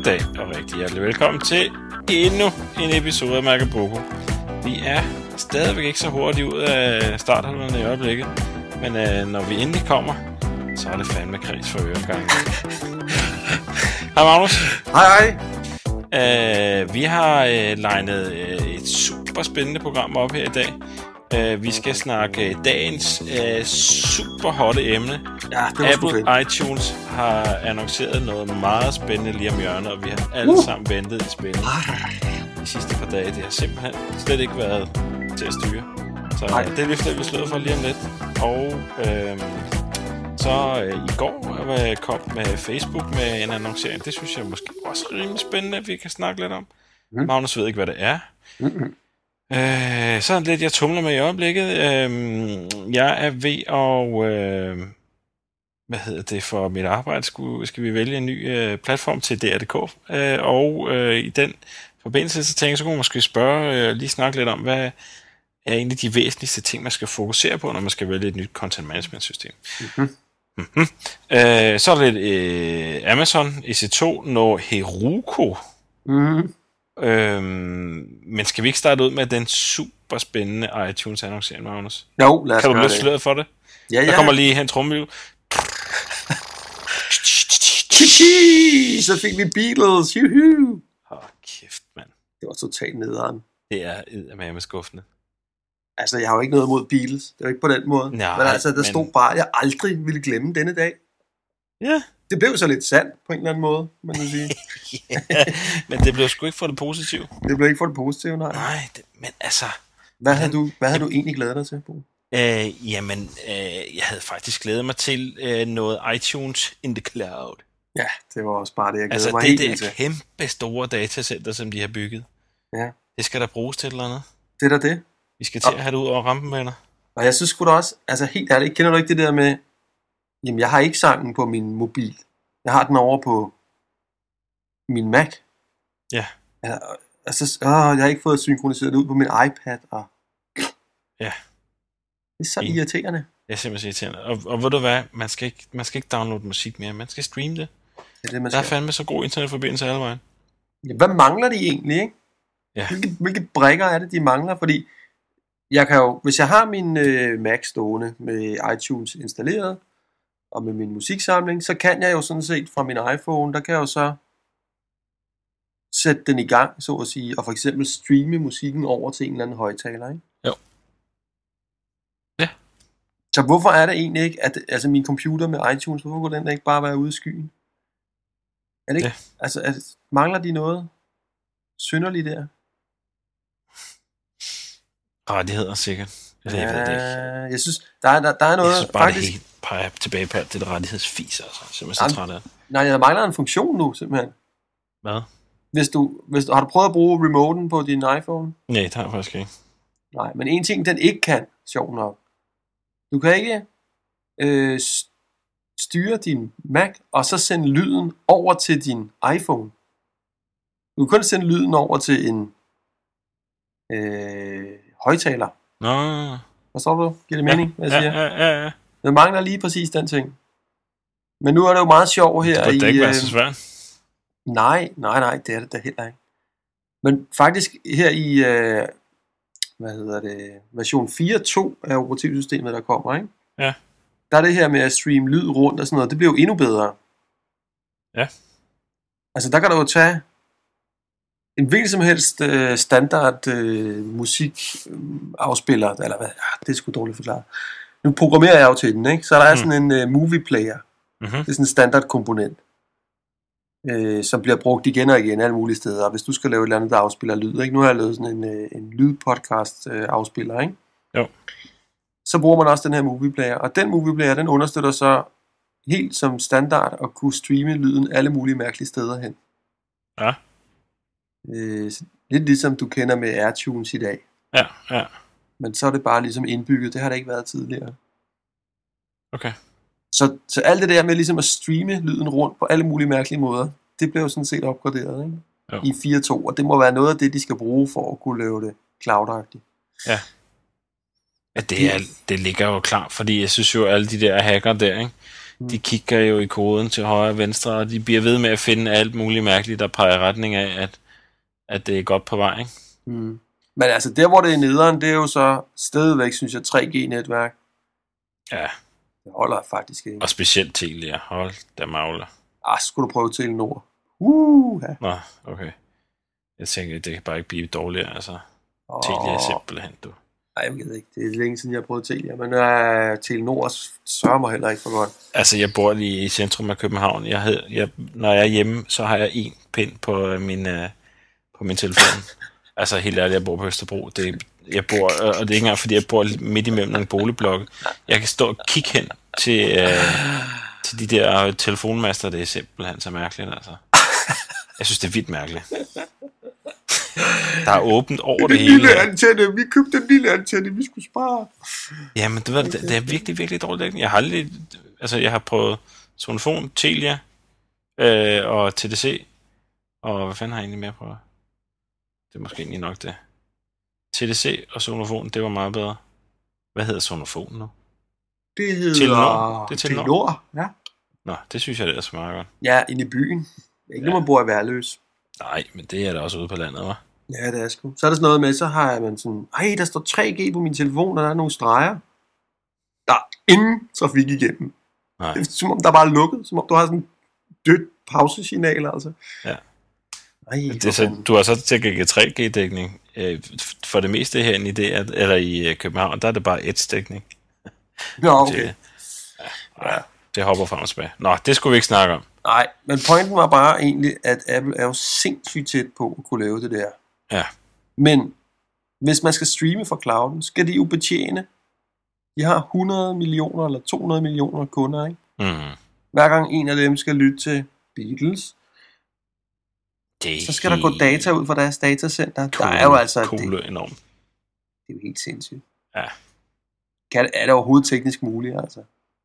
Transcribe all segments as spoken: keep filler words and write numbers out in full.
Goddag og rigtig hjertelig velkommen til endnu en episode af Macaboko. Vi er stadigvæk ikke så hurtigt ud af starthullerne i øjeblikket, men øh, når vi endelig kommer, så er det fandme kreds for øregangen. Hej Magnus. Hej hej. Øh, vi har øh, legnet øh, et super spændende program op her i dag. Uh, vi skal snakke dagens uh, super hotte emne. Ja, det Apple iTunes har annonceret noget meget spændende lige om hjørnet, og vi har alle uh. sammen ventet i spænding de sidste par dage. Det har simpelthen slet ikke været til at styre. Så uh, det løfter vi slået for lige om lidt. Og uh, så uh, i går uh, kom med Facebook med en annoncering. Det synes jeg måske også er rimelig spændende, at vi kan snakke lidt om. Mm. Magnus ved ikke, hvad det er. Mm-hmm. Øh, så er det lidt, jeg tumler med i øjeblikket. Øh, jeg er ved at, øh, hvad hedder det, for mit arbejde, skal, skal vi vælge en ny øh, platform til D R punktum D K. Øh, og øh, i den forbindelse, så tænker jeg, så kunne man måske spørge, øh, lige snakke lidt om, hvad er egentlig de væsentligste ting, man skal fokusere på, når man skal vælge et nyt content management system. Mm-hmm. Mm-hmm. Øh, så er det lidt øh, Amazon E C to no Heroku. Mm-hmm. Øhm, men skal vi ikke starte ud med den super spændende iTunes-annoncering, Magnus? Jo, lad os Kan du løfte sløret for det? Ja, ja. Der kommer lige en trommelhjul. Så fik vi Beatles. Juhu. Åh, kæft, mand. Det var totalt nederen. Det er eddermame skuffende. Altså, jeg har jo ikke noget imod Beatles. Det er jo ikke på den måde. Nej, men altså, der men... stod bare, at jeg aldrig ville glemme denne dag. Ja. Det blev så lidt sandt på en eller anden måde, man kan sige. Ja, men det blev sgu ikke for det positive. Det blev ikke for det positive, nej. Nej, det, men altså... Hvad havde du, hvad havde du egentlig glædet dig til, Bo? Øh, jamen, øh, jeg havde faktisk glædet mig til øh, noget iTunes in the cloud. Ja, det var også bare det, jeg glædede altså, mig helt til. Altså, det der kæmpe store datacenter, som de har bygget. Ja. Det skal der bruges til et eller andet. Det er da det. Vi skal til og... at have det ud over rampen, venner. Og jeg synes sgu da også, altså helt ærligt, kender du ikke det der med, jamen jeg har ikke sangen på min mobil. Jeg har den over på min Mac. Ja. Ja, altså, åh, jeg har ikke fået synkroniseret det ud på min iPad. Og... Ja. Det er så Fint. irriterende. Det er simpelthen irriterende. Og, og ved du hvad, man skal, ikke, man skal ikke downloade musik mere, man skal streame det. Det er det, man Der er skal. fandme så god internetforbindelse alle vejen. Ja, hvad mangler de egentlig, ikke? Ja. Hvilke, hvilke brækker er det, de mangler? Fordi jeg kan jo, hvis jeg har min øh, Mac stående med iTunes installeret, og med min musiksamling, så kan jeg jo sådan set fra min iPhone, der kan jeg jo så sætte den i gang, så at sige, og for eksempel streame musikken over til en eller anden højtaler, ikke? Jo. Ja. Så hvorfor er det egentlig ikke, at altså min computer med iTunes, hvorfor kunne den ikke bare være ude i skyen? Er det ikke? Ja. Altså, er, mangler de noget synderligt der? Rettigheder sikkert. Eller, jeg ved det ikke. Jeg synes, der er, der, der er noget... Jeg synes bare, faktisk... det helt peger tilbage på alt det der rettighedsfis, altså. Simpelthen så træt af. Nej, der mangler en funktion nu, simpelthen. Hvad? Hvis du, hvis du, har du prøvet at bruge remoten på din iPhone? Nej, det har jeg faktisk ikke. Nej, men en ting, den ikke kan, sjov nok. Du kan ikke øh, styre din Mac, og så sende lyden over til din iPhone. Du kan kun sende lyden over til en øh, højtaler. Nå. Forstår du? Giver det mening, ja, hvad jeg ja, siger? Ja, ja, ja. Det mangler lige præcis den ting. Men nu er det jo meget sjovt her. Det i... Det ikke være så svært. Nej, nej, nej, det er det da heller ikke. Men faktisk her i, øh, hvad hedder det, version fire punkt to af operativsystemet, der kommer, ikke? Ja. Der er det her med at streame lyd rundt og sådan noget, det bliver jo endnu bedre. Ja. Altså der kan du jo tage en hvilken som helst øh, standard øh, musikafspiller, eller hvad, ah, det er sgu dårligt forklaret. Nu programmerer jeg jo til den, ikke? Så der er mm. sådan en øh, movie player. Mm-hmm. Det er sådan en standard komponent. Øh, som bliver brugt igen og igen alle mulige steder. Hvis du skal lave et eller andet, der afspiller lyd, ikke? Nu har jeg lavet sådan en, øh, en lydpodcast øh, afspiller, ikke? Jo. Så bruger man også den her movie player, og den movie player, den understøtter så helt som standard at kunne streame lyden alle mulige mærkelige steder hen. Ja. Øh, lidt ligesom du kender med AirTunes i dag. Ja, ja. Men så er det bare ligesom indbygget, det har det ikke været tidligere. Okay. Så, så alt det der med ligesom at streame lyden rundt på alle mulige mærkelige måder, det blev jo sådan set opgraderet, ikke? Jo. I fire punkt to, og det må være noget af det, de skal bruge for at kunne lave det cloud-agtigt. Ja. Ja, det, er, det ligger jo klart, fordi jeg synes jo, alle de der hacker der, ikke? de kigger jo i koden til højre og venstre, og de bliver ved med at finde alt muligt mærkeligt, der peger i retning af, at, at det er godt på vej, ikke? Mm. Men altså, der hvor det er nederen, det er jo så stadigvæk, synes jeg, tre G-netværk. Ja. Det holder faktisk ikke. Og specielt Telia. Hold da magler. Ah, skulle du prøve Telenor? Uh, ja. Nå, okay. Jeg tænker, det kan bare ikke blive dårligere, altså. Oh. Telia er simpelthen, du. Nej, jeg ved ikke. Det er længe siden, jeg har prøvet Telia. Men uh, Telenor sørger mig heller ikke for godt. Altså, jeg bor lige i centrum af København. Jeg hed, jeg, når jeg er hjemme, så har jeg en pind på min, uh, på min telefon. Altså, helt ærligt, jeg bor på Østerbro. Det, jeg bor, og det er ikke engang, fordi jeg bor midt imellem nogle boligblokke. Jeg kan stå og kigge hen til, uh, til de der telefonmaster. Det er simpelthen så mærkeligt, altså. Jeg synes, det er vildt mærkeligt. Der er åbent over det, det hele. Lille antenne. Vi købte den lille antenne, vi skulle spare. Jamen, det, det, det er virkelig, virkelig dårligt dækning. Jeg har aldrig, altså, jeg har prøvet Sonofon, Telia øh, og T D C. Og hvad fanden har jeg egentlig mere prøvet? Det er måske egentlig nok det. T D C og Sonofon, det var meget bedre. Hvad hedder Sonofon nu? Det hedder Telenor. Det er Telenor. Telenor, ja. Nå, det synes jeg, det er så meget godt. Ja, inde i byen. Ikke ja. Når man bor i Værløs. Nej, men det er da også ude på landet, hva'? Ja, det er sgu. Så er der sådan noget med, så har man sådan, ej, der står tre G på min telefon, og der er nogle streger. Der er ingen trafik igennem. Nej. Det er som om, der er bare lukket. Som om, du har sådan dødt pausesignal, altså. Ja. Ej, det er så, du har så til tre G-dækning. For det meste herinde i det, eller i København, der er det bare et-dækning. Ja, okay. Det, ja, ja. Det hopper frem og tilbage. Nå, det skulle vi ikke snakke om. Nej, men pointen var bare egentlig, at Apple er jo sindssygt tæt på at kunne lave det der. Ja. Men hvis man skal streame fra clouden, skal de jo betjene. De har hundrede millioner eller to hundrede millioner kunder, ikke? Mm. Hver gang en af dem skal lytte til Beatles, det så skal der gå data ud fra deres datacenter. Cool, der er jo altså cool, det, enormt. det er jo helt sindssygt. Ja. Kan, er det overhovedet teknisk muligt, altså?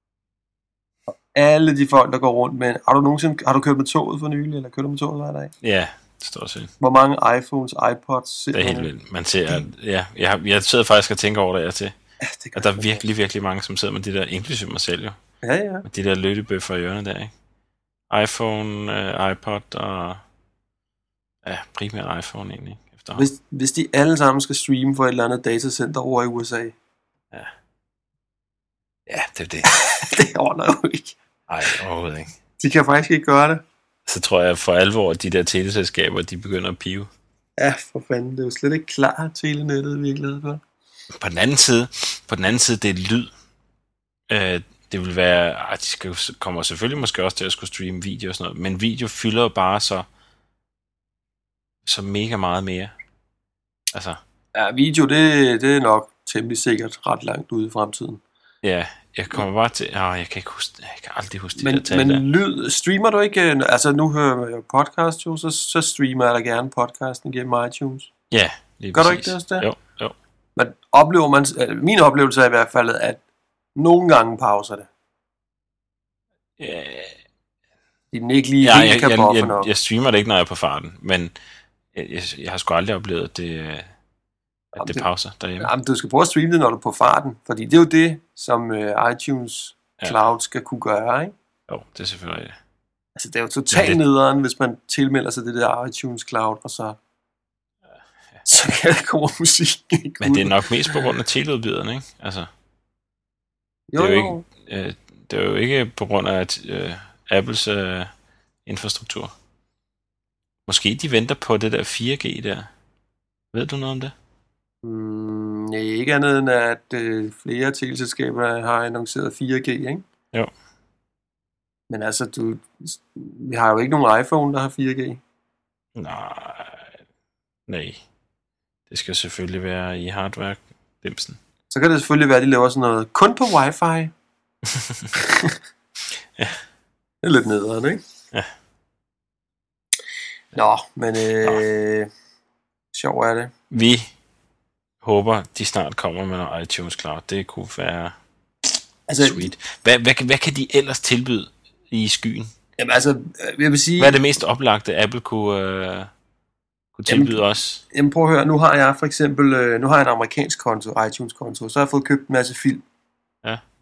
Og alle de folk, der går rundt med... Har du nogensinde har du kørt med toget for nylig, eller kørt med toget hver dag? Ja, det står set. Hvor mange iPhones, iPods... Det er helt vildt. Man ser... Ja, jeg, har, jeg sidder faktisk og tænker over det, jeg til. Ja, det og der er virkelig, virkelig mange, som sidder med de der, inklusive mig selv jo. Ja, ja. Med de der lyttebøffer i ørerne der, ikke? iPhone, uh, iPod og... Ja, primært iPhone egentlig. Hvis, hvis de alle sammen skal streame for et eller andet datacenter over i U S A. Ja. Ja, det er det. Det ordner jo ikke. Nej, overhovedet ikke. De kan faktisk ikke gøre det. Så tror jeg for alvor, at de der teleselskaber, de begynder at pive. Ja, for fanden. Det er jo slet ikke klar, telenettet vi er glade for. På den anden side, på den anden side, det er lyd. Øh, det vil være... Ah, de skal, kommer selvfølgelig måske også til at skulle streame video og sådan noget, men video fylder bare så så mega meget mere. Altså. Ja, video, det, det er nok temmelig sikkert ret langt ude i fremtiden. Ja, jeg kommer bare til... Åh, jeg kan ikke huske... Jeg kan aldrig huske de men, der tal. Men lyd, streamer du ikke... Altså, nu hører jeg podcast jo, så, så streamer jeg da gerne podcasten gennem iTunes. Ja, lige gør præcis. Du ikke det også der? Jo, jo. Men oplever man... Min oplevelse er i hvert fald, at nogle gange pauser det. Ja... Den ikke lige ja, helt jeg, kan jeg, buffe jeg, nok. jeg streamer det ikke, når jeg er på farten, men jeg, jeg, jeg har sgu aldrig oplevet, at det, at jamen, det pauser derhjemme. Jamen, du skal prøve at streame det, når du er på farten, fordi det er jo det, som uh, iTunes Cloud ja. skal kunne gøre, ikke? Jo, det er selvfølgelig det. Altså, det er jo totalt det... nederen, hvis man tilmelder sig det der iTunes Cloud, og så, ja, ja. så kan det komme musik. Men det er nok mest på grund af teleudbyderne, ikke? Altså, jo, det er jo, jo. Ikke, øh, det er jo ikke på grund af at, øh, Apples øh, infrastruktur. Måske de venter på det der fire G der. Ved du noget om det? Mm, nej, ikke andet end at øh, flere teleselskaber har annonceret fire G, ikke? Jo. Men altså, du, vi har jo ikke nogen iPhone, der har fire G. Nej. Nej. Det skal selvfølgelig være i hardware-dimsen. Så kan det selvfølgelig være, at de laver sådan noget kun på wifi. Ja. Det er lidt nederen, ikke? Ja. Nå, men øh, Nå. sjov er det. Vi håber, de snart kommer med noget iTunes Cloud. Det kunne være altså, sweet. Hvad, hvad, hvad kan de ellers tilbyde i skyen? Jamen altså, jeg vil sige... Hvad er det mest oplagte, Apple kunne, øh, kunne tilbyde jamen, os? Jamen prøv at høre, nu har jeg for eksempel, øh, nu har jeg en amerikansk konto, iTunes konto, så har jeg fået købt en masse film. Ja.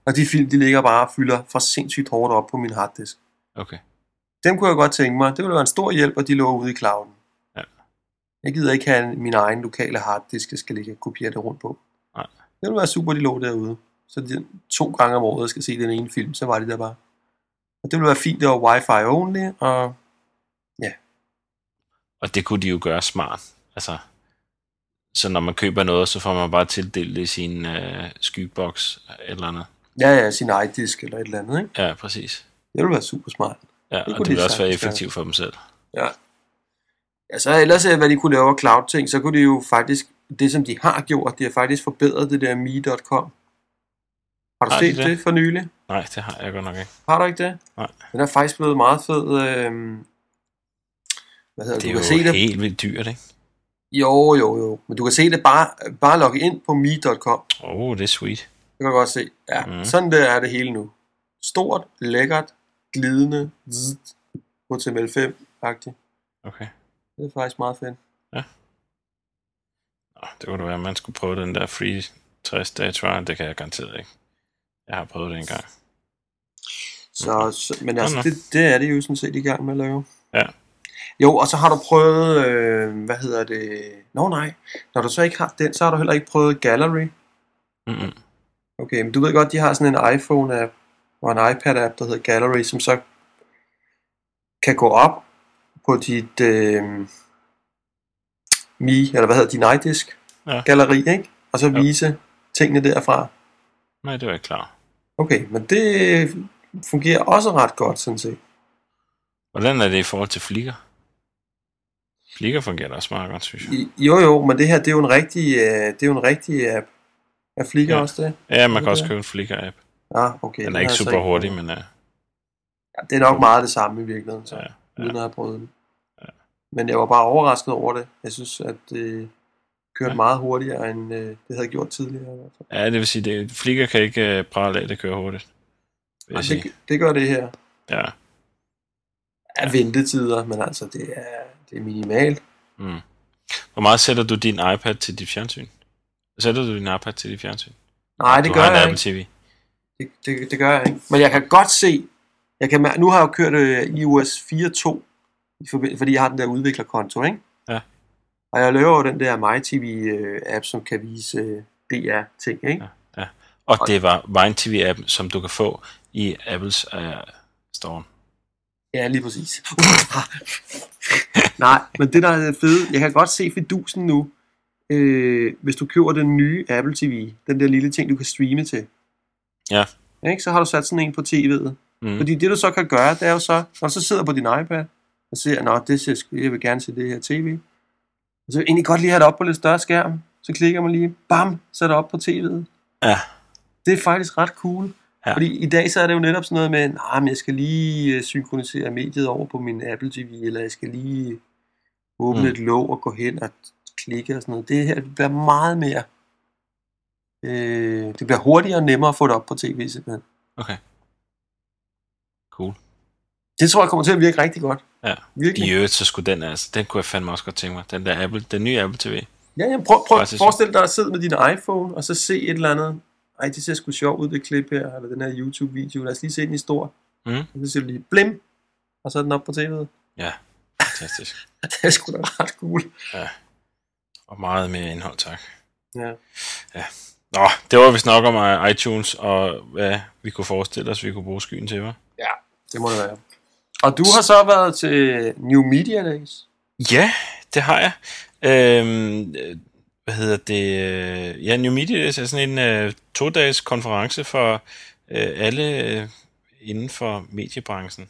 Og de film, de ligger bare og fylder for sindssygt hårdt op på min harddisk. Okay. Dem kunne jeg godt tænke mig. Det ville være en stor hjælp, at de lå ude i clouden. Ja. Jeg gider ikke have min egen lokale harddisk, jeg skal ligge og kopiere det rundt på. Nej. Det ville være super, de lå derude. Så de, to gange om året, jeg skal se den ene film, så var de der bare. Og det ville være fint, det var wifi only, og ja. Og det kunne de jo gøre smart. Altså, så når man køber noget, så får man bare tildelt det i sin øh, skybox eller andet. Ja, ja, sin iDisk eller et eller andet, ikke? Ja, præcis. Det ville være super smart. Ja, det og det ville også være effektivt for dem selv. Ja. Ja, så ellers hvad de kunne lave af cloud-ting, så kunne de jo faktisk, det som de har gjort, de har faktisk forbedret det der me punktum com. Har du har set de det? det for nylig? Nej, det har jeg godt nok ikke. Har du ikke det? Nej. Den er faktisk blevet meget fed. Øh... Hvad hedder det? Du Er kan jo se det. helt vildt dyrt, ikke? Jo, jo, jo. Men du kan se det bare, bare logge ind på me punktum com. Åh, oh, det er sweet. Det kan du godt se. Ja, mm. Sådan der er det hele nu. Stort, lækkert, glidende, zzz, H T M L fem-agtigt. Okay. Det er faktisk meget fedt. Ja. Nå, det kunne da være, at man skulle prøve den der free tres dage trial. Det kan jeg garanteret ikke. Jeg har prøvet det engang. Så, så, men altså, det, det er det jo sådan set i gang med at lave. Ja. Jo, og så har du prøvet, øh, hvad hedder det? Nå nej, når du så ikke har den, så har du heller ikke prøvet Gallery. Mm-mm. Okay, men du ved godt, de har sådan en iPhone-app og en iPad-app, der hedder Gallery, som så kan gå op på dit øh, Mi, eller hvad hedder din iDisk ja. galleri, ikke? Og så vise ja. tingene derfra. Nej, det var ikke klar. Okay, men det fungerer også ret godt, sådan set. Hvordan er det i forhold til Flickr? Flickr fungerer da også meget godt, synes jeg. Jo, jo, men det her, det er jo en rigtig, det er jo en rigtig app. Er Flickr ja. også det? Ja, man kan også købe en Flickr-app. Ja, okay. Den er ikke super hurtig, men... Uh... Ja, det er nok meget det samme i virkeligheden, så. Ja, ja. Uden at have prøvet den. Ja. Men jeg var bare overrasket over det. Jeg synes, at det kørte ja. meget hurtigere, end det havde gjort tidligere. I hvert fald. Ja, det vil sige, det Flickr kan ikke uh, prale af, det kører hurtigt. Ja, det, det gør det her. Ja. Ja, ventetider, men altså, det er, det er minimalt. Mm. Hvor meget sætter du din iPad til dit fjernsyn? Sætter du din iPad til dit fjernsyn? Nej, det du gør har jeg Apple ikke. T V. Det, det, det gør jeg ikke. Men jeg kan godt se, jeg kan, nu har jeg jo kørt uh, i O S fire punkt to, fordi jeg har den der udviklerkonto, ikke? Ja. Og jeg laver jo den der MyTV-app, som kan vise uh, D R-ting, ikke? Ja, ja. Og, og det var Vine T V-appen, som du kan få i Apples uh, store. Ja, lige præcis. Nej, men det der er fede, jeg kan godt se fidusen nu, øh, hvis du køber den nye Apple T V, den der lille ting, du kan streame til. Ja. Ikke? Så har du sat sådan en på tv'et. Mm. Fordi det du så kan gøre, det er jo så, når du så sidder på din iPad, og ser, nå, det ser, jeg vil gerne se det her tv. Og så vil jeg egentlig godt lige have det op på lidt større skærm. Så klikker man lige, bam, så er det op på tv'et. Ja. Det er faktisk ret cool. Ja. Fordi i dag så er det jo netop sådan noget med, nej, men jeg skal lige synkronisere mediet over på min Apple T V, eller jeg skal lige åbne mm. et låg og gå hen og klikke og sådan noget. Det her det bliver meget mere, øh, det bliver hurtigere og nemmere at få det op på tv simpelthen. Okay. Cool. Det tror jeg kommer til at virke rigtig godt. Ja. Virkelig. I øvrigt så skulle den, altså, den kunne jeg fandme også godt tænke mig. Den der Apple, den nye Apple T V. Ja, jamen, prøv, prøv at forestille dig at sidde med din iPhone, og så se et eller andet. Ej, det ser sgu sjovt ud, det klip her, eller den her YouTube-video. Lad os lige se den i stor. Mm. Og så siger du lige, blim, og så er den op på tv'et. Ja, fantastisk. Det er sgu da ret cool. Ja, og meget mere indhold, tak. Ja. Ja. Nå, det var vist nok om iTunes, og hvad vi kunne forestille os, vi kunne bruge skyen til, hva'? Ja, det må det være. Og du har så været til New Media Days? Ja, det har jeg. Øhm, hvad hedder det? Ja, New Media Days er sådan en uh, to-dages konference for uh, alle uh, inden for mediebranchen.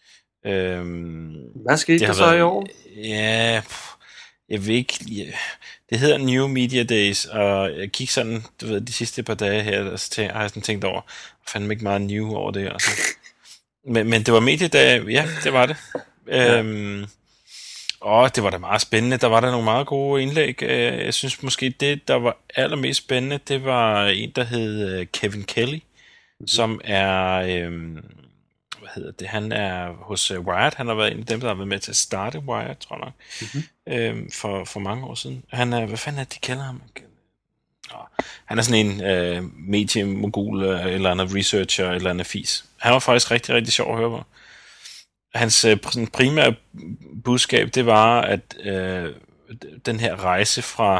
Øhm, hvad skete der så været, i år? Ja, jeg ved ikke. Ja, det hedder New Media Days, og jeg kiggede sådan, du ved, de sidste par dage her, og så tænk, har jeg sådan tænkt over, fandme ikke meget new over det, altså. Men, men det var mediedag, ja, det var det. Ja. Øhm, og det var da meget spændende. Der var der nogle meget gode indlæg. Jeg synes måske, det, der var allermest spændende, det var en, der hed Kevin Kelly, mm-hmm. som er, øhm, hvad hedder det, han er hos Wired. Han har været en af dem, der har været med til at starte Wired, tror jeg nok, mm-hmm. øhm, for, for mange år siden. Han er, hvad fanden er det, de kalder ham? Han er sådan en øh, mediemogul, øh, eller andet researcher, eller andet fis. Han var faktisk rigtig, rigtig sjov at høre på. Hans øh, primære budskab, det var, at øh, den her rejse fra,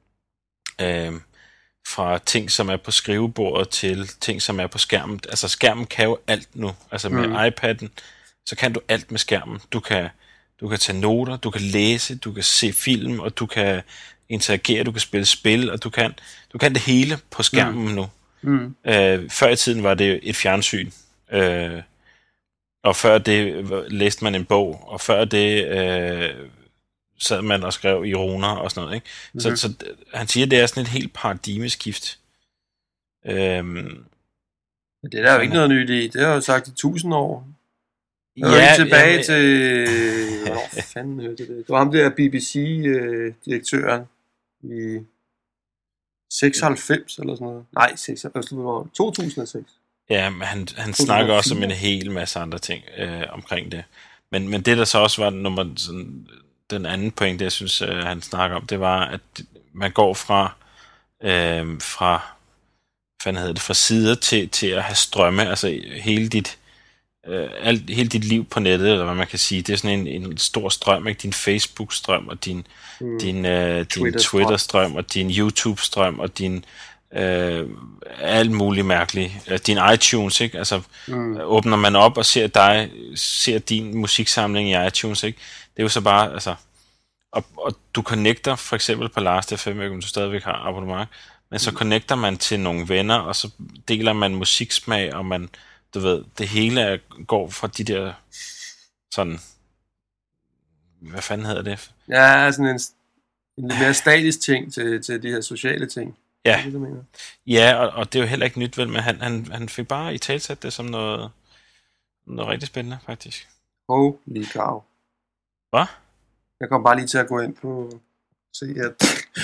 øh, fra ting, som er på skrivebordet, til ting, som er på skærmen. Altså skærmen kan jo alt nu. Altså med mm. iPad'en, så kan du alt med skærmen. Du kan, du kan tage noter, du kan læse, du kan se film, og du kan interagere, du kan spille spil, og du kan, du kan det hele på skærmen mm. nu. Mm. Øh, før i tiden var det et fjernsyn. Øh, og før det læste man en bog, og før det øh, sad man og skrev i runer og sådan noget, ikke? Mm-hmm. Så, så han siger, det er sådan et helt paradigmeskift. Øhm, det er der jo ikke noget nyt i. Det har jo sagt i tusind år. Jeg ja, ikke tilbage ja, til... Hvor fanden hørte det? Det var ham der B B C-direktøren i seksoghalvfems eller sådan noget. Nej, to tusind og seks. Ja, men han, han snakker også om en hel masse andre ting øh, omkring det. Men, men det, der så også var nummer, sådan, den anden pointe, jeg synes, øh, han snakker om, det var, at man går fra, øh, fra, hvad hedder det, fra sider til, til at have strømme, altså hele dit, øh, alt, hele dit liv på nettet, eller hvad man kan sige, det er sådan en, en stor strøm, ikke? Din Facebook-strøm, og din, mm. din, øh, din Twitter-strøm, og din YouTube-strøm, og din Øh, alt muligt mærkeligt. Din iTunes, ikke? Altså, mm. åbner man op og ser dig, ser din musiksamling i iTunes, ikke? Det er jo så bare, altså, og, og du connecter, for eksempel på Last F M, om du stadigvæk har abonnement, men så mm. connecter man til nogle venner, og så deler man musiksmag, og man, du ved, det hele er, går fra de der, sådan, hvad fanden hedder det? Ja, sådan en, en lidt mere statisk ting til, til de her sociale ting. Ja, ja og, og det er jo heller ikke nyt, vel, men han, han, han fik bare i talsat det som noget, noget rigtig spændende, faktisk. Holy cow. Hvad? Jeg kom bare lige til at gå ind på, se at,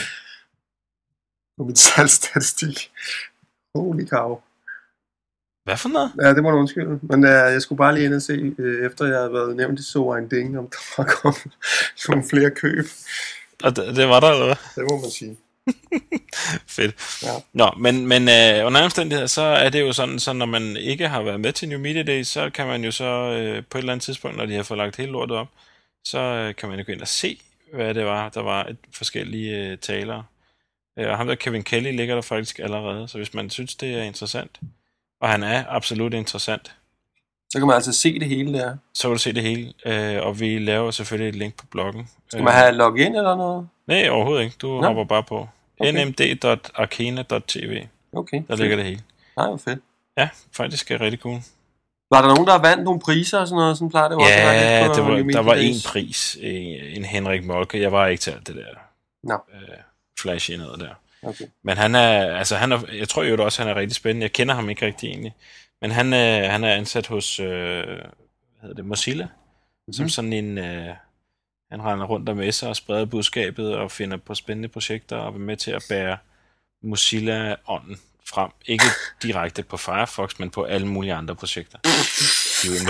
på min salgsstatistik. Holy cow. Hvad for noget? Ja, det må du undskylde. Men uh, jeg skulle bare lige ind og se, uh, efter jeg havde været nævnt i So ein Ding, om der var kommet nogle flere køb. Og det, det var der, eller hvad? Det må man sige. Fedt. Ja. Nå, men, men øh, under omstændigheder, så er det jo sådan, så når man ikke har været med til New Media Day, så kan man jo så øh, på et eller andet tidspunkt, når de har fået lagt hele lortet op, så øh, kan man jo gå ind og se, hvad det var. Der var et forskellige øh, talere. Øh, og ham der Kevin Kelly ligger der faktisk allerede, så hvis man synes, det er interessant, og han er absolut interessant, så kan man altså se det hele der. Så kan du se det hele, øh, og vi laver selvfølgelig et link på bloggen. Skal man have login eller noget? Nej, overhovedet ikke. Du Nå. hopper bare på okay. n m d punktum arcana punktum t v. Okay. Der ligger det hele. Nej, hvor fedt. Ja, faktisk er rigtig cool. Var der nogen, der vandt nogle priser og sådan noget? Sådan plejer det også ja, at det var, der var en pris. En Henrik Molke. Jeg var ikke til alt det der no. øh, flashy noget der. Okay. Men han er, altså han er, jeg tror jo også, han er rigtig spændende. Jeg kender ham ikke rigtig egentlig. Men han, øh, han er ansat hos, øh, hvad hedder det, Mozilla. Mm-hmm. Som sådan en, øh, han render rundt og messer og spreder budskabet og finder på spændende projekter og er med til at bære Mozilla-ånden frem. Ikke direkte på Firefox, men på alle mulige andre projekter. De er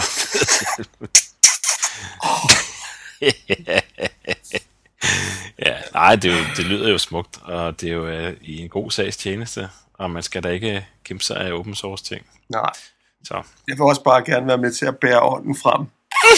ja, nej, det, er jo, det lyder jo smukt, og det er jo øh, i en god sags tjeneste, og man skal da ikke kæmpe sig af open source ting. Nej. Så. Jeg vil også bare gerne være med til at bære ånden frem.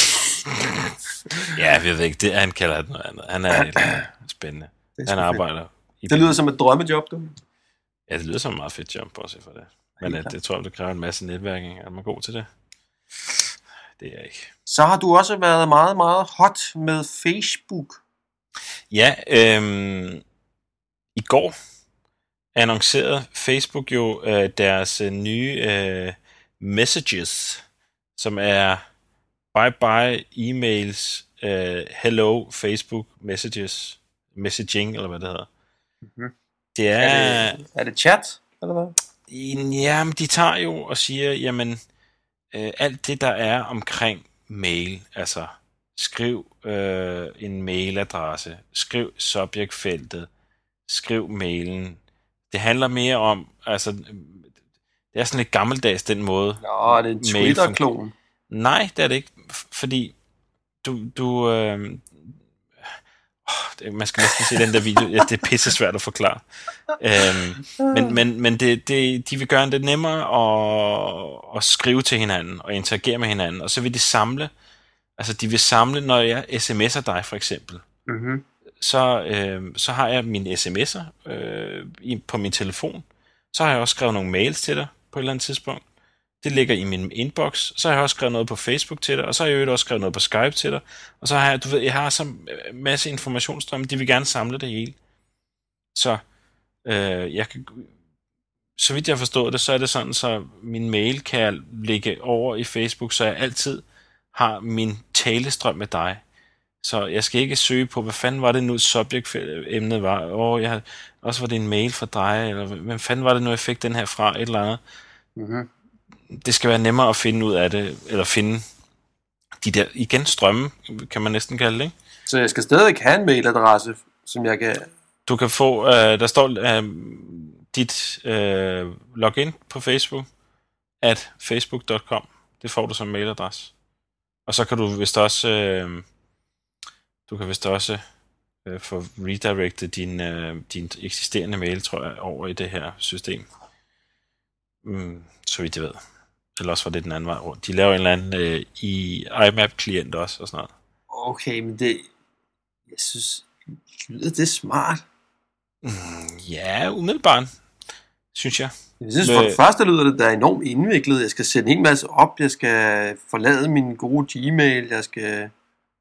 Ja, jeg ved ikke, det han kalder det noget andet. Han er lidt spændende. Han arbejder. Det lyder som et drømmejob, du. Ja, det lyder som et meget fedt job, også for det. Men ja, det tror jeg, det kræver en masse netværking. Er man god til det? Det er jeg ikke. Så har du også været meget, meget hot med Facebook. Ja, øhm, i går annoncerede Facebook jo øh, deres øh, nye øh, messages, som er bye-bye emails, øh, hello Facebook messages, messaging, eller hvad det hedder. Mm-hmm. Det er... Er det, er det chat, eller hvad? Jamen, de tager jo og siger, jamen, øh, alt det, der er omkring mail, altså skriv øh, en mailadresse, skriv subjektfeltet, skriv mailen. Det handler mere om, altså, det er sådan lidt gammeldags den måde. Nå, det er en Twitter-klon. Nej, det er det ikke, fordi du, du øh, Oh, man skal næsten se den der video. Ja, det er pisse svært at forklare. Øhm, men men, men det, det, de vil gøre det nemmere at, at skrive til hinanden og interagere med hinanden. Og så vil de samle, altså de vil samle, når jeg sms'er dig for eksempel. Mm-hmm. Så, øh, så har jeg mine sms'er øh, i, på min telefon. Så har jeg også skrevet nogle mails til dig på et eller andet tidspunkt. Det ligger i min inbox. Så har jeg også skrevet noget på Facebook til dig, og så har jeg også skrevet noget på Skype til dig. Og så har jeg, du ved, jeg har så en masse informationsstrømme, de vil gerne samle det hele. Så øh, jeg kan, så vidt jeg har forstået det, så er det sådan, så min mail kan jeg lægge over i Facebook, så jeg altid har min talestrøm med dig. Så jeg skal ikke søge på, hvad fanden var det nu, subject-emnet var. Åh, jeg har, også var det en mail fra dig, eller hvad fanden var det nu, jeg fik den her fra, et eller andet. Mm-hmm. Det skal være nemmere at finde ud af det, eller finde de der, igen, strømme, kan man næsten kalde det, ikke? Så jeg skal stadig have en mailadresse, som jeg kan... Du kan få, øh, der står øh, dit øh, login på Facebook, at facebook punktum com. Det får du som mailadresse. Og så kan du vist også, øh, du kan vist også øh, få redirected din, øh, din eksisterende mail, tror jeg, over i det her system. Mm, så vidt jeg ved. Eller også var det den anden vej rundt. De laver en eller anden øh, i I M A P-klient også, og sådan noget. Okay, men det... Jeg synes... Lyder det smart? Mm, ja, umiddelbart, synes jeg. Jeg synes, for det første lyder det, der er enormt indviklet. Jeg skal sætte en masse op. Jeg skal forlade min gode Gmail. Jeg skal...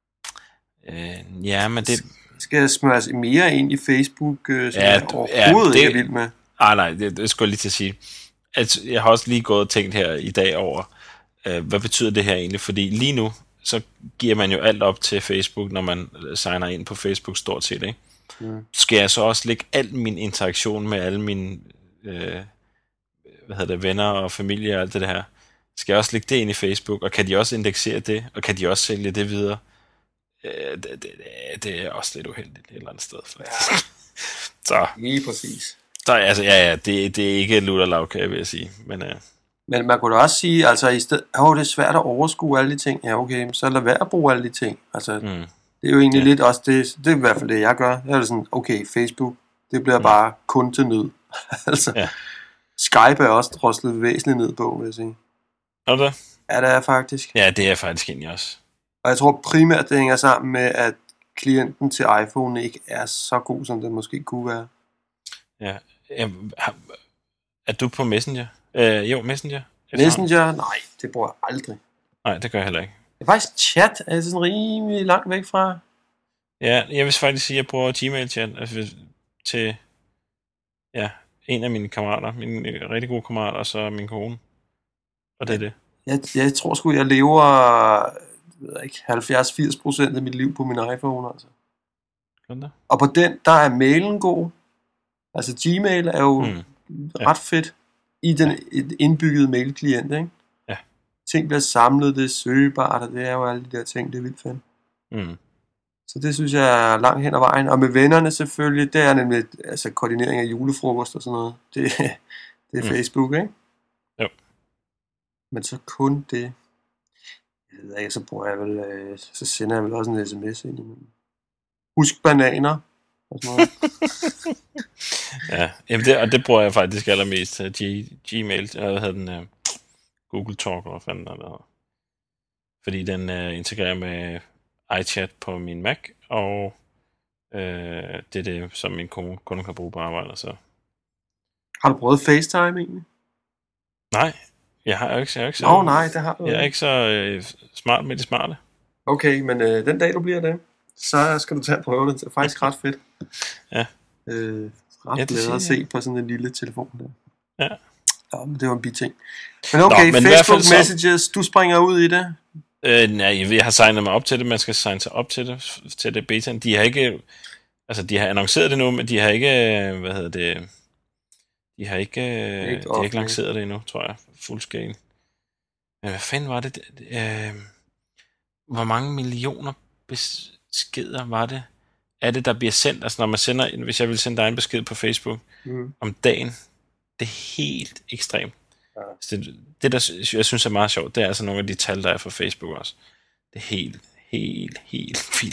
Øh, ja, men det... Skal jeg smøre mere ind i Facebook, øh, som ja, jeg overhovedet ja, det... ikke er vild med? Ah, nej, det, det skulle jeg lige til at sige. Altså, jeg har også lige gået og tænkt her i dag over, øh, hvad betyder det her egentlig? Fordi lige nu, så giver man jo alt op til Facebook, når man signer ind på Facebook stort set, ikke? Mm. Skal jeg så også lægge al min interaktion med alle mine øh, hvad hedder det, venner og familie og alt det her, skal jeg også lægge det ind i Facebook, og kan de også indeksere det, og kan de også sælge det videre? Øh, det, det, det er også lidt uheldigt et eller andet sted, faktisk. Ja. Så. Lige præcis. Så altså, ja, ja, det, det er ikke et lutter lavkage, vil jeg sige. Men, øh. men man kunne da også sige, altså i stedet, åh, det er svært at overskue alle de ting. Ja, okay, så lad være at bruge alle de ting. Altså, mm. det er jo egentlig ja. lidt også det, det er i hvert fald det, jeg gør. Jeg er sådan, okay, Facebook, det bliver mm. bare kun til nød. altså, ja. Skype er også droslet væsentligt ned på, vil jeg sige. Er det? Ja, det er faktisk. Ja, det er faktisk egentlig også. Og jeg tror primært, det hænger sammen med, at klienten til iPhone ikke er så god, som den måske kunne være. Ja. Er du på Messenger? Øh, jo, Messenger. Messenger? Nej, det bruger jeg aldrig. Nej, det gør jeg heller ikke. Det er faktisk chat, er sådan rimelig langt væk fra. Ja, jeg vil faktisk sige, at jeg bruger Gmail-chat altså, til ja, en af mine kammerater, mine rigtig gode kammerater, og så min kone. Og det er det. Jeg, jeg tror sgu, jeg lever jeg ved ikke, halvfjerds til firs procent af mit liv på min iPhone. Altså. Sådan. Og på den, der er mailen god. Altså Gmail er jo mm. ja. ret fedt i den ja. indbyggede mailklient, ikke? Ja. Ting bliver samlet, det er søgebart, og det er jo alle de der ting, det er vildt fedt. Mm. Så det synes jeg er langt hen ad vejen. Og med vennerne selvfølgelig, det er nemlig altså, koordinering af julefrokost og sådan noget. Det, det er mm. Facebook, ikke? Jo. Men så kun det. Jeg ved ikke, så bruger jeg vel, øh, så sender jeg vel også en sms ind imellem. Husk bananer. Og sådan noget. ja, jamen det, og det bruger jeg faktisk allermest til G- Gmail, jeg havde den uh, Google Talk, eller hvad fanden der hedder. Fordi den uh, integrerer med iChat på min Mac, og uh, det er det, som min kone kun kan bruge på arbejde. Så. Har du prøvet FaceTime egentlig? Nej, jeg har jo ikke, jeg er ikke så... Nå, nej, det har du. Jeg er ikke så uh, smart med det smarte. Okay, men uh, den dag du bliver det, så skal du tage og prøve det. Det er faktisk ret fedt. Ja. Øh, ret ja, glad at se på sådan en lille telefon der. Ja. Ja, men det var en biting. Men okay, Nå, men Facebook så... Messages, du springer ud i det? Øh, nej, jeg har signet mig op til det. Man skal signe sig op til det, til det beta. De har ikke, altså de har annonceret det nu, men de har ikke, hvad hedder det, de har ikke, ikke de har ikke lanceret det endnu, tror jeg, fuldskala. Men hvad fanden var det? Øh, hvor mange millioner beskeder var det? Er det, der bliver sendt? Altså når man sender, hvis jeg vil sende dig en besked på Facebook mm. om dagen, det er helt ekstremt. Ja. Det, det, der jeg synes er meget sjovt, det er altså nogle af de tal, der er fra Facebook også. Det er helt, helt, helt vildt.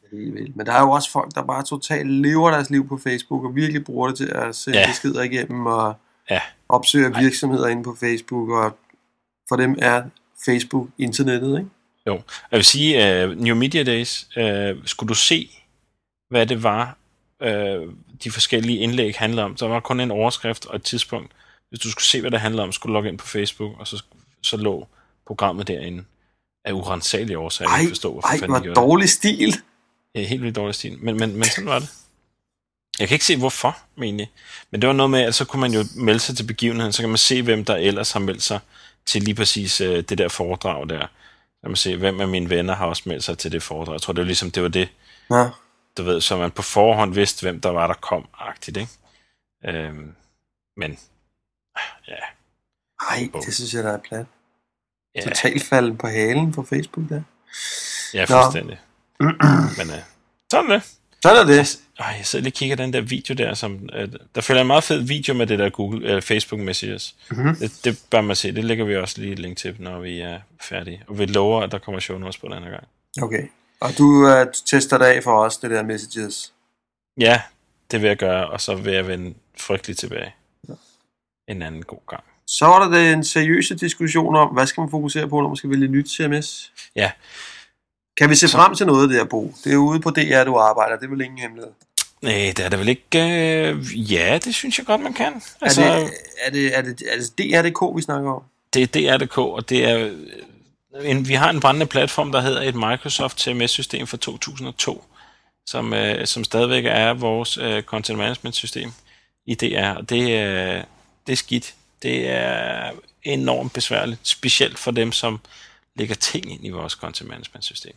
Helt vildt. Men der er jo også folk, der bare totalt lever deres liv på Facebook, og virkelig bruger det til at sende ja. beskeder igennem, og ja. opsøge virksomheder inde på Facebook, og for dem er Facebook internettet, ikke? Jo, jeg vil sige, uh, New Media Days, uh, skulle du se, hvad det var, uh, de forskellige indlæg handlede om, så var kun en overskrift og et tidspunkt. Hvis du skulle se, hvad det handlede om, skulle du logge ind på Facebook, og så, så lå programmet derinde af urensagelige årsager. Ej, jeg forstå, hvorfor ej, fanden hvor dårlig stil. Ja, helt vildt dårlig stil. Men, men, men sådan var det. Jeg kan ikke se, hvorfor, egentlig. Men det var noget med, at så kunne man jo melde sig til begivenheden, så kan man se, hvem der ellers har meldt sig til lige præcis uh, det der foredrag der. Så kan man se, hvem af mine venner har også meldt sig til det foredrag. Jeg tror, det var ligesom, det var det, ja. du ved, så man på forhånd vidste, hvem der var, der kom-agtigt, ikke? Øhm, men, ja. Ej, det synes jeg, der er plat. Ja. Totalt falden på halen på Facebook der. Ja, fuldstændig. Men uh, sådan det. Sådan er det. Ej, jeg sidder lige og kigger den der video der, som, uh, der følger en meget fed video med det der Google, uh, Facebook Messages. Mm-hmm. Det, det bør man se. Det lægger vi også lige et link til, når vi er færdige. Og vi lover, at der kommer show notes på den her gang. Okay. Og du uh, tester det af for os, det der Messages? Ja, det vil jeg gøre, og så vil jeg vende frygteligt tilbage. Ja. En anden god gang. Så var der en seriøse diskussion om, hvad skal man fokusere på, når man skal vælge nyt C M S? Ja. Kan vi se så frem til noget der, Bo? Det er ude på D R, du arbejder. Det er vel ingen hemmelighed? Nej, det er der vel ikke. Øh, ja, det synes jeg godt, man kan. Altså, er, det, er, det, er, det, er det D R punktum D K, vi snakker om? Det er D R punktum D K, og det er en, vi har en brændende platform, der hedder et Microsoft C M S-system fra to tusind og to, som, øh, som stadigvæk er vores øh, content management system i D R, og det, øh, det er skidt. Det er enormt besværligt, specielt for dem, som lægger ting ind i vores content management system.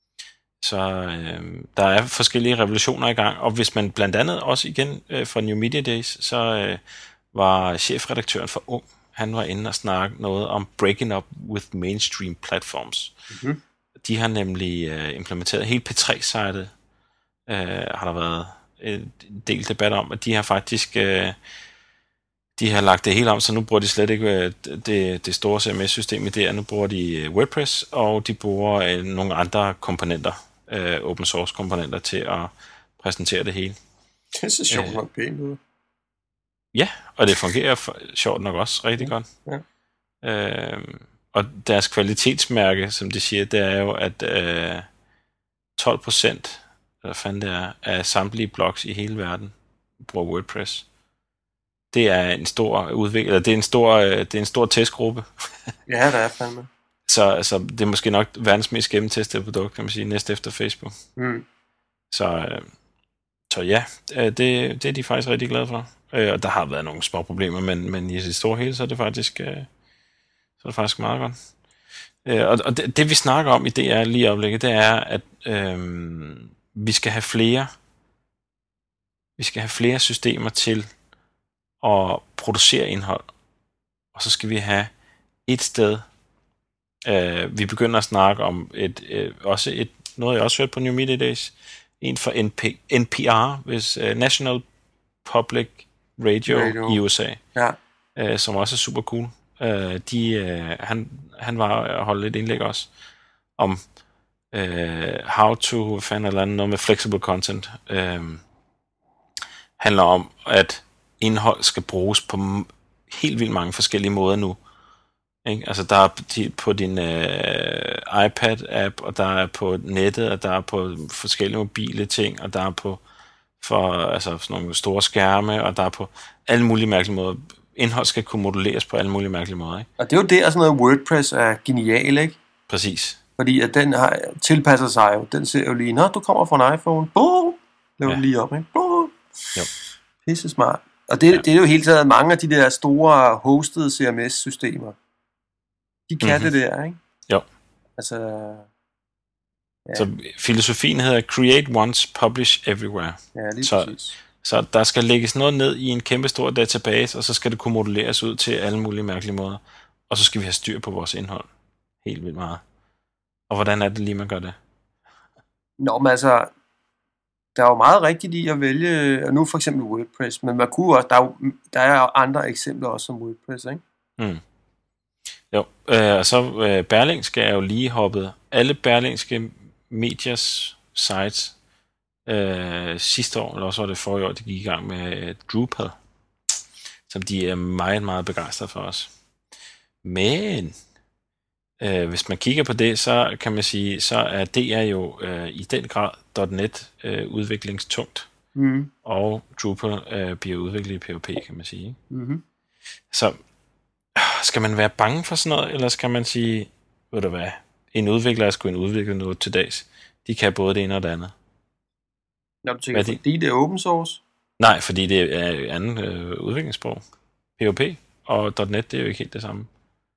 Så øh, der er forskellige revolutioner i gang, og hvis man blandt andet også igen øh, fra New Media Days, så øh, var chefredaktøren for Ung, han var inde og snakke noget om breaking up with mainstream platforms. Mm-hmm. De har nemlig øh, implementeret hele P tre-sitet, øh, har der været en del debat om, at de har faktisk øh, de har lagt det hele om, så nu bruger de slet ikke øh, det, det store C M S-system i det, nu bruger de WordPress, og de bruger øh, nogle andre komponenter, øh, open source komponenter, til at præsentere det hele. Det ser sjovt nok pænt ud. Ja, og det fungerer for, sjovt nok også rigtig ja, godt. Ja. Øh, og deres kvalitetsmærke, som de siger, det er jo, at øh, tolv procent hvad fanden det er, af samtlige blogs i hele verden bruger WordPress. Det er en stor udvikling, eller det er en stor, øh, det er en stor testgruppe. Ja, der er fandme. Så altså, det er måske nok verdens mest gennemtestede produkt, kan man sige, næst efter Facebook. Mm. Så, øh, så ja, det, det er de faktisk rigtig glade for. Øh, og der har været nogle små problemer, men, men i det store hele, så er det faktisk, øh, så er det faktisk meget godt. Øh, og og det, det, vi snakker om i D R lige i øjeblikket, det er, at øh, vi skal have flere, vi skal have flere systemer til at producere indhold. Og så skal vi have et sted. Øh, vi begynder at snakke om et, øh, også et, noget jeg også hørte på New Media Days, en for N P, N P R, hvis uh, National Public Radio, Radio i U S A, ja. øh, som også er super cool. Øh, de, øh, han, han var og holdt et indlæg også om øh, how to find eller andet, noget med flexible content. Øh, handler om, at indhold skal bruges på helt vildt mange forskellige måder nu. Ikke? Altså der er på din øh, iPad-app, og der er på nettet, og der er på forskellige mobile ting, og der er på for altså sådan nogle store skærme, og der er på alle mulige mærkelige måder. Indhold skal kunne moduleres på alle mulige mærkelige måder. Ikke? Og det er jo der, sådan noget WordPress er genial, ikke? Præcis. Fordi at den har, tilpasser sig jo. Den ser jo lige, når du kommer fra en iPhone, boom, laver ja. den lige op, ikke? Boom. Jo. Pisse smart. Og det, ja. det er jo helt taget mange af de der store hosted C M S-systemer. De kan mm-hmm. det der, ikke? Jo. Altså... Ja. Så filosofien hedder Create Once, Publish Everywhere. Ja, lige så, præcis. Så der skal lægges noget ned i en kæmpe stor database, og så skal det kunne moduleres ud til alle mulige mærkelige måder. Og så skal vi have styr på vores indhold. Helt vildt meget. Og hvordan er det lige, man gør det? Nå, men altså... Der er jo meget rigtigt i at vælge... Nu for eksempel WordPress, men man kunne også... Der er jo, der er jo andre eksempler også som WordPress, ikke? Mm. Jo, øh, og så øh, Berlingske er jo lige hoppet alle Berlingske medias sites øh, sidste år, eller også var det forrige år, de gik i gang med Drupal, som de er meget, meget begejstrede for os. Men øh, hvis man kigger på det, så kan man sige, så er D R jo øh, i den grad .net øh, udviklingstungt, Mm. og Drupal øh, bliver udviklet i P H P, kan man sige. Mm-hmm. Så skal man være bange for sådan noget, eller skal man sige, ved du hvad, en udvikler er sgu en udvikler noget til dags. De kan både det ene og det andet. Når du tænker, fordi det er open source? Nej, fordi det er et andet øh, udviklingssprog. P H P og .net, det er jo ikke helt det samme.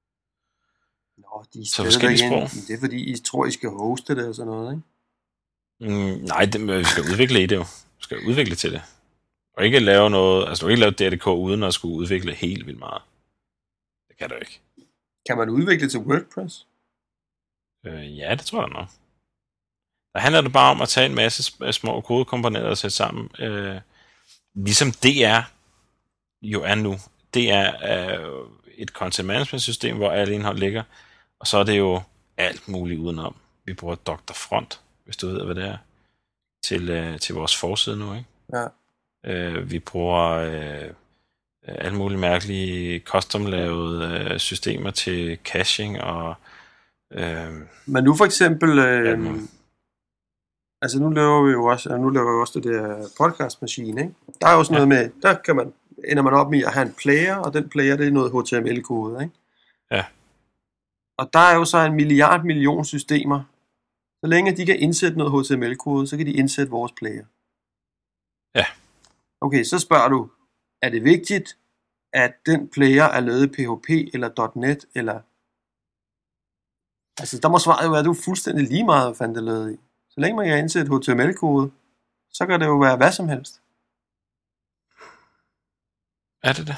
Nå, de er så forskellige sprog. Det er fordi, I tror, I skal hoste det og sådan noget, ikke? Mm, nej, det, vi skal udvikle i det jo. Vi skal udvikle til det. Og ikke lave noget, altså du kan ikke lave D R D K uden at skulle udvikle helt vildt meget. Det kan du ikke. Kan man udvikle til WordPress? Øh, ja, det tror jeg nok. Der handler det bare om at tage en masse små kodekomponenter og sætte sammen. Øh, ligesom D R jo er nu. D R er et content management system, hvor alle indhold ligger. Og så er det jo alt muligt udenom. Vi bruger doktor Front, hvis du ved, hvad det er, til, øh, til vores forside nu, ikke? Ja. Øh, vi bruger øh, alle mulige mærkelige custom-lavede øh, systemer til caching og... Øh, Men nu for eksempel... Øh, altså nu laver vi jo også, nu laver vi også det der podcast-maskine, ikke? Der er jo sådan ja. noget med, der kan man, ender man op med at have en player, og den player, det er noget H T M L-kode, ikke? Ja. Og der er jo så en milliard million systemer. Så længe de kan indsætte noget H T M L-kode, så kan de indsætte vores player. Ja. Okay, så spørger du, er det vigtigt, at den player er lavet i P H P eller .net, eller... Altså, der må svaret jo være, at du er fuldstændig lige meget, hvad fanden det er lavet i. Så længe man kan indsætte H T M L-kode, så kan det jo være hvad som helst. Er det det?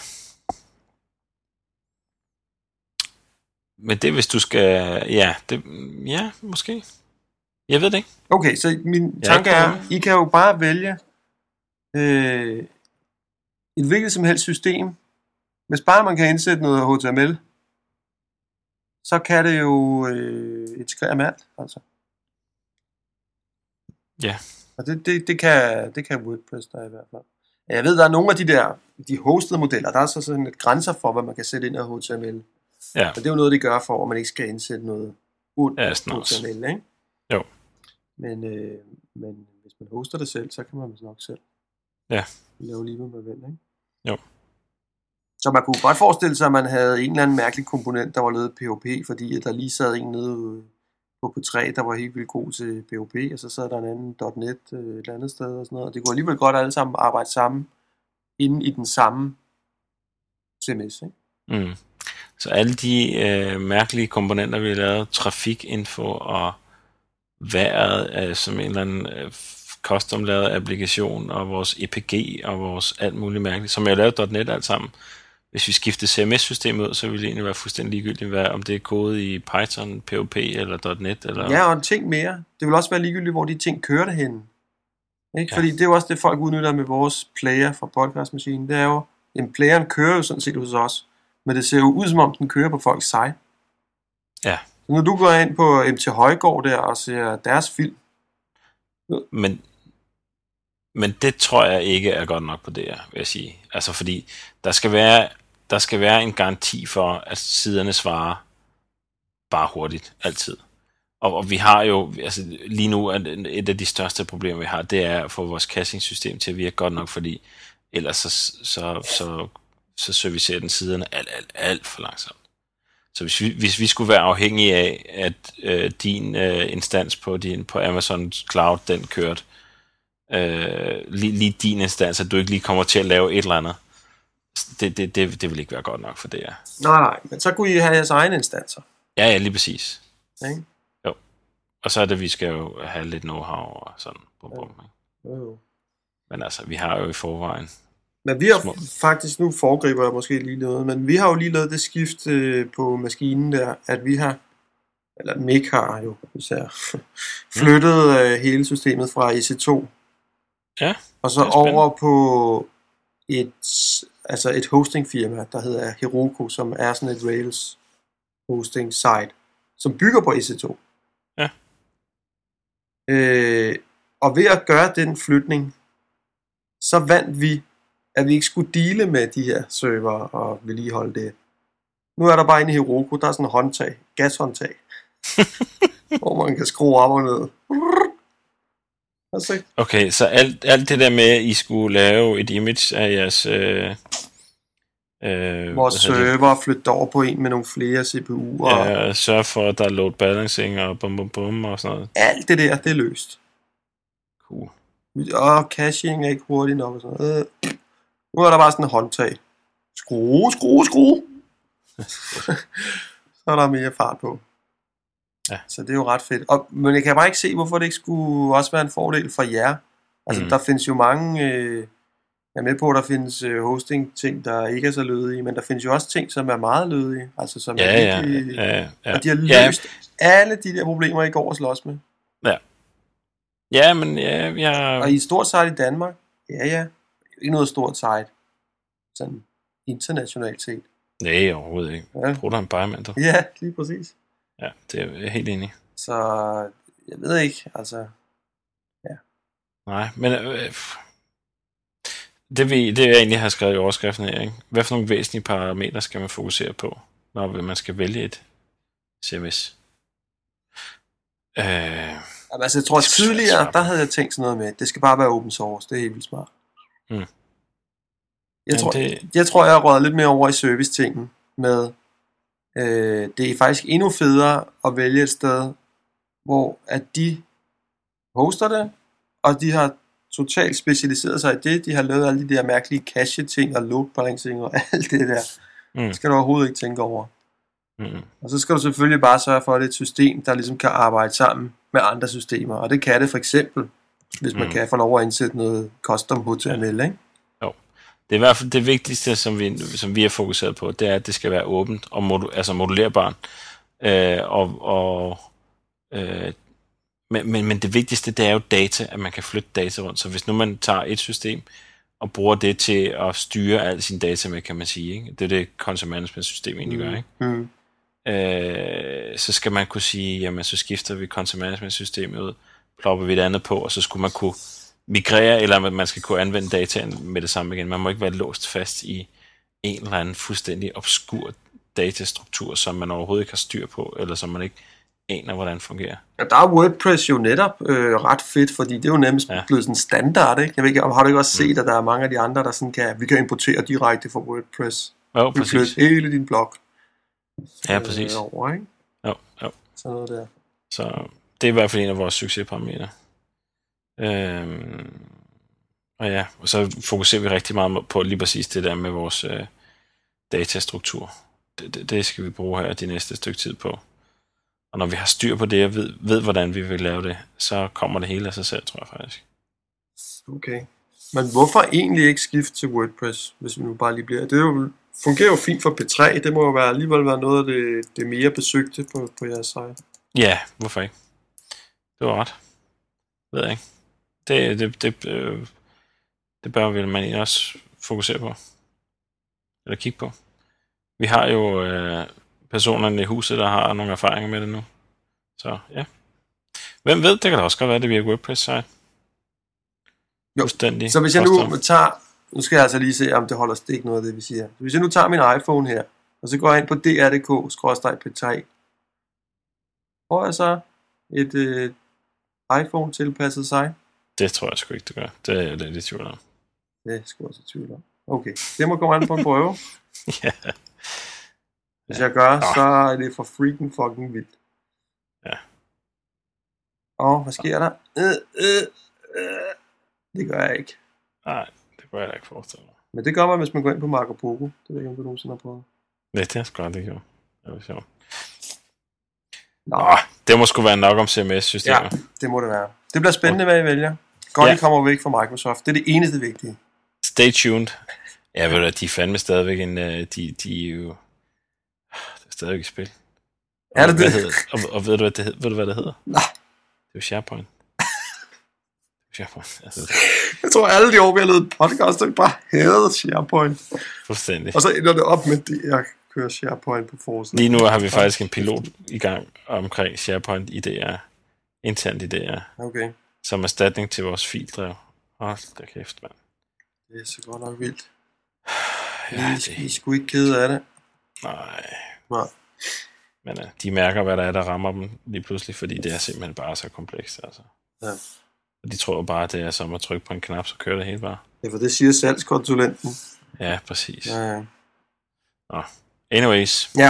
Men det hvis du skal... Ja, det, ja måske. Jeg ved det ikke. Okay, så min tanke er, I kan jo bare vælge øh, et hvilket som helst system. Hvis bare man kan indsætte noget H T M L, så kan det jo øh, integrere med alt, altså. Ja. Og det, det, det, kan, det kan WordPress der i hvert fald. Jeg ved, der er nogle af de der, de hostede modeller, der er så sådan et grænser for, hvad man kan sætte ind af H T M L. Ja. Og det er jo noget, de gør for, at man ikke skal indsætte noget uden ja, H T M L, ikke? Jo. Men, øh, men hvis man hoster det selv, så kan man nok selv ja. lave lige, hvad man vil, ikke? Jo. Så man kunne godt forestille sig, at man havde en eller anden mærkelig komponent, der var lavet P H P, fordi der lige sad en nede på P tre, der var helt vildt god til P H P, og så sad der en anden .net et eller andet sted og sådan noget. Og det kunne alligevel godt alle sammen arbejde sammen inde i den samme C M S, ikke? Mm. Så alle de øh, mærkelige komponenter, vi har lavet, trafikinfo og vejret øh, som en eller anden øh, custom-lavet applikation, og vores E P G og vores alt muligt mærkeligt, som jeg har lavet .net alt sammen. Hvis vi skifter C M S-systemet ud, så vil det egentlig være fuldstændig ligegyldigt, hvad, om det er kode i Python, P H P eller .net. Eller... Ja, og en ting mere. Det vil også være ligegyldigt, hvor de ting kører det henne. Ikke? Ja. Fordi det er jo også det, folk udnytter med vores player fra podcastmaskinen. Det er jo, en playeren kører jo sådan set hos os, men det ser jo ud, som om den kører på folks site. Ja. Så når du går ind på M T Højgaard der og ser deres film. Men, men det tror jeg ikke er godt nok på det her, vil jeg sige. Altså fordi, der skal være, der skal være en garanti for, at siderne svarer bare hurtigt, altid. Og, og vi har jo, altså lige nu, et af de største problemer, vi har, det er at få vores caching-system til at virke godt nok, fordi ellers så, så, så, så servicerer den siderne alt, alt, alt for langsomt. Så hvis vi, hvis vi skulle være afhængige af, at øh, din øh, instans på, din, på Amazon Cloud, den kørte, øh, lige, lige din instans, at du ikke lige kommer til at lave et eller andet, det, det, det, det vil ikke være godt nok for det her. Nej, nej, men så kunne I have jeres egne instanser. Ja, ja, lige præcis. Okay. Jo. Og så er det, vi skal jo have lidt know-how og sådan. Bum, bum, ja. Jo, jo. Men altså, vi har jo i forvejen. Men vi har små. faktisk, nu foregriber jeg måske lige noget, men vi har jo lige lavet det skift øh, på maskinen der, at vi har, eller M I C har jo især, flyttet øh, hele systemet fra E C to. Ja, og så over på et, altså et hostingfirma, der hedder Heroku, som er sådan et Rails hosting site, som bygger på E C to. Ja. Øh, og ved at gøre den flytning, så vandt vi, at vi ikke skulle deale med de her server og vedligeholde det. Nu er der bare inde i Heroku, der er sådan en håndtag, gashåndtag, hvor man kan skrue op og ned. Okay, så alt, alt det der med, at I skulle lave et image af jeres... Øh, øh, vores server flytter over på en med nogle flere C P U'er. Ja, og sørge for, at der er load balancing og bum bum bum og sådan noget. Alt det der, det er løst. Cool. Og caching er ikke hurtigt nok og sådan noget. Nu er der bare sådan en håndtag. Skrue, skrue, skrue. Så er der mere fart på. Ja. Så det er jo ret fedt. Og, men jeg kan bare ikke se, hvorfor det ikke skulle også være en fordel for jer. Altså, mm. der findes jo mange... Øh, jeg er med på, at der findes øh, hosting-ting, der ikke er så lødige, men der findes jo også ting, som er meget lødige. Altså, som ja, er virkelig... Ja, ja, ja. Og de har løst ja. alle de der problemer, I går og slås med. Ja. Ja, men ja... Jeg... Og I er et stort site i Danmark? Ja, ja. Ikke noget stort site. Sådan internationalt set. Nej, overhovedet ikke. Ja. Tror du, han bare mand? Ja, lige præcis. Ja, det er jeg helt enig. Så jeg ved ikke, altså... Ja. Nej, men... Øh, det, vi, det jeg egentlig har skrevet i overskriften her, ikke? Hvad for nogle væsentlige parametre skal man fokusere på, når man skal vælge et C M S? Øh, Jamen, altså, jeg tror, at tidligere, der havde jeg tænkt sådan noget med, det skal bare være open source, det er helt vildt smart. Mm. Jeg, Jamen, tror, det... jeg tror, jeg har røget lidt mere over i service-tingen med, øh, det er faktisk endnu federe at vælge et sted, hvor at de hoster det, og de har totalt specialiseret sig i det. De har lavet alle de der mærkelige cache-ting og load balancing og alt det der. Mm. Det skal du overhovedet ikke tænke over. Mm. Og så skal du selvfølgelig bare sørge for, at det er et system, der ligesom kan arbejde sammen med andre systemer. Og det kan det for eksempel, hvis man mm. kan få lov at indsætte noget custom H T M L, ikke? Jo. Det er i hvert fald det vigtigste, som vi, som vi har fokuseret på, det er, at det skal være åbent og modu- altså modulerbart. Øh, og og øh, Men, men, men det vigtigste, det er jo data, at man kan flytte data rundt. Så hvis nu man tager et system og bruger det til at styre al sin data med, kan man sige, ikke? Det er det content management system egentlig gør, ikke? Mm. Øh, så skal man kunne sige, jamen så skifter vi content management systemet ud, plopper vi et andet på, og så skulle man kunne migrere, eller man skal kunne anvende dataen med det samme igen. Man må ikke være låst fast i en eller anden fuldstændig obskur datastruktur, som man overhovedet ikke har styr på, eller som man ikke aner, hvordan det fungerer. Ja, der er WordPress jo netop øh, ret fedt, fordi det er jo nærmest ja. blevet sådan standard, ikke? Jeg ved ikke, har du ikke også set, mm. at der er mange af de andre, der sådan kan, vi kan importere direkte fra WordPress. Jo, præcis. Flytte hele din blog. Ja, præcis. Øh, over, ikke? Jo, jo. Sådan noget der. Så det er i hvert fald en af vores succesparametre. Øhm, og ja, og så fokuserer vi rigtig meget på lige præcis det der med vores øh, datastruktur. Det, det, det skal vi bruge her de næste stykke tid på. Og når vi har styr på det, og ved, ved hvordan vi vil lave det, så kommer det hele af sig selv, tror jeg faktisk. Okay. Men hvorfor egentlig ikke skifte til WordPress, hvis vi nu bare lige bliver... Det er jo, fungerer jo fint for P tre, det må jo være, alligevel være noget af det, det mere besøgte på, på jeres site. Ja, hvorfor ikke? Det var ret. Ved jeg ikke. Det, det, det, øh, det bør vel man egentlig også fokusere på. Eller kigge på. Vi har jo... Øh, personerne i huset, der har nogle erfaringer med det nu. Så ja. Hvem ved, det kan da også godt være, det bliver WordPress-site. Jo, så hvis jeg nu tager... Nu skal jeg altså lige se, om det holder stik noget af det, vi siger. Så hvis jeg nu tager min iPhone her, og så går jeg ind på d r punktum d k skråstreg p tre, får jeg så et øh, iPhone-tilpasset site? Det tror jeg sgu ikke, det gør. Det er jeg lidt i tvivl om. Det er sgu også i tvivl om. Okay, det må gå an på en prøve. Ja. Hvis jeg gør, så er det for freaking fucking vildt. Ja. Og hvad sker der? Øh, øh, øh. Det gør jeg ikke. Nej, det gør jeg da ikke forestille mig. Men det gør man, hvis man går ind på Marco Polo. Det ved jeg ikke, om du nogensinde har prøvet. Ja, det har sgu aldrig gjort. Det var sjovt. Nå, det må sgu være nok om C M S-systemer. Ja, det må det være. Det bliver spændende, hvad I vælger. Godt, ja. I kommer væk fra Microsoft. Det er det eneste vigtige. Stay tuned. Ja, ved du, de er fandme stadigvæk en... De, de er jo... Det er stadigvæk et spil. Og, er det det? Hedder, og, og ved, du, hvad det, ved du, hvad det hedder? Nej. Det er jo SharePoint. SharePoint. Altså, jeg tror, alle de år, vi har lavet podcast, der bare hader SharePoint. Fuldstændig. Og så ender det op med, at jeg kører SharePoint på forsiden. Lige nu har vi faktisk en pilot i gang omkring SharePoint idéer. Internt idéer. Okay. som erstatning til vores fildrev. Hold da kæft, mand. Det er så godt nok vildt. Ja, I, det... I er sgu ikke kede af det. Nej. Nej. Men uh, de mærker, hvad der er, der rammer dem lige pludselig, fordi det er simpelthen bare så komplekst. Altså. Ja. Og de tror bare, at det er som at trykke på en knap, så kører det helt bare. Ja, for det siger salgskonsulenten. Ja, præcis. Ja, ja. Nå. Anyways. Ja.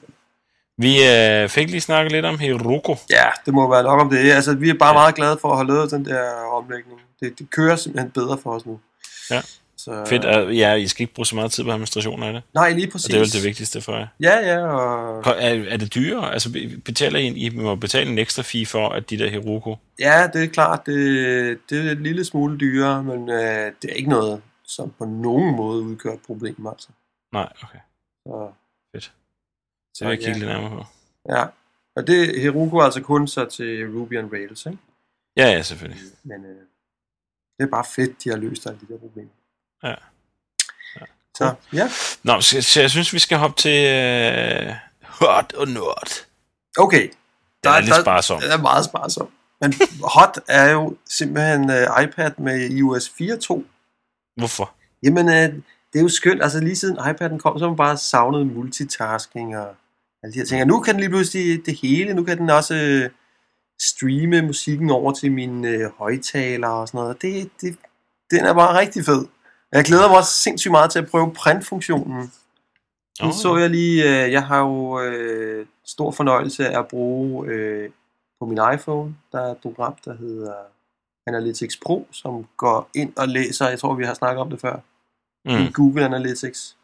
Vi øh, fik lige snakket lidt om Heroku. Ja, det må være nok om det. Altså, vi er bare ja. meget glade for at have lavet den der omlægning. Det, det kører simpelthen bedre for os nu. Ja. Så... Fedt. Uh, ja, I skal ikke bruge så meget tid på administration af det. Nej, lige præcis. Og det er vel det vigtigste for jer. Ja, ja. Og... Er, er det dyrere? Altså, betaler I, I må betale en ekstra fee for, at de der Heroku? Ja, det er klart. Det, det er en lille smule dyrere, men øh, det er ikke noget, som på nogen måde udgør et problem, altså. Nej, okay. Så... Fedt. Så vil jeg kigge ja. lidt nærmere på. Ja, og det Heroku er altså kun så til Ruby on Rails, ikke? Ja, ja, selvfølgelig. Men øh, det er bare fedt, de har løst alle de der problemer. Ja. Ja. Så, ja. Nå, så, så jeg synes, vi skal hoppe til uh, Hot og Not. Okay. Der er lidt sparsom. Det er meget sparsom. Men Hot er jo simpelthen uh, iPad med i O S fire punkt to. Hvorfor? Jamen, uh, det er jo skønt. Altså lige siden iPad'en kom, så har man bare savnet multitasking og alle de her ting. Og nu kan den lige pludselig det hele. Nu kan den også uh, streame musikken over til mine uh, højtaler og sådan noget. Det, det, den er bare rigtig fed. Jeg glæder mig også sindssygt meget til at prøve printfunktionen. Nu oh. så jeg lige, øh, jeg har jo øh, stor fornøjelse af at bruge øh, på min iPhone, der er et program, der hedder Analytics Pro, som går ind og læser, jeg tror vi har snakket om det før, mm. i Google Analytics.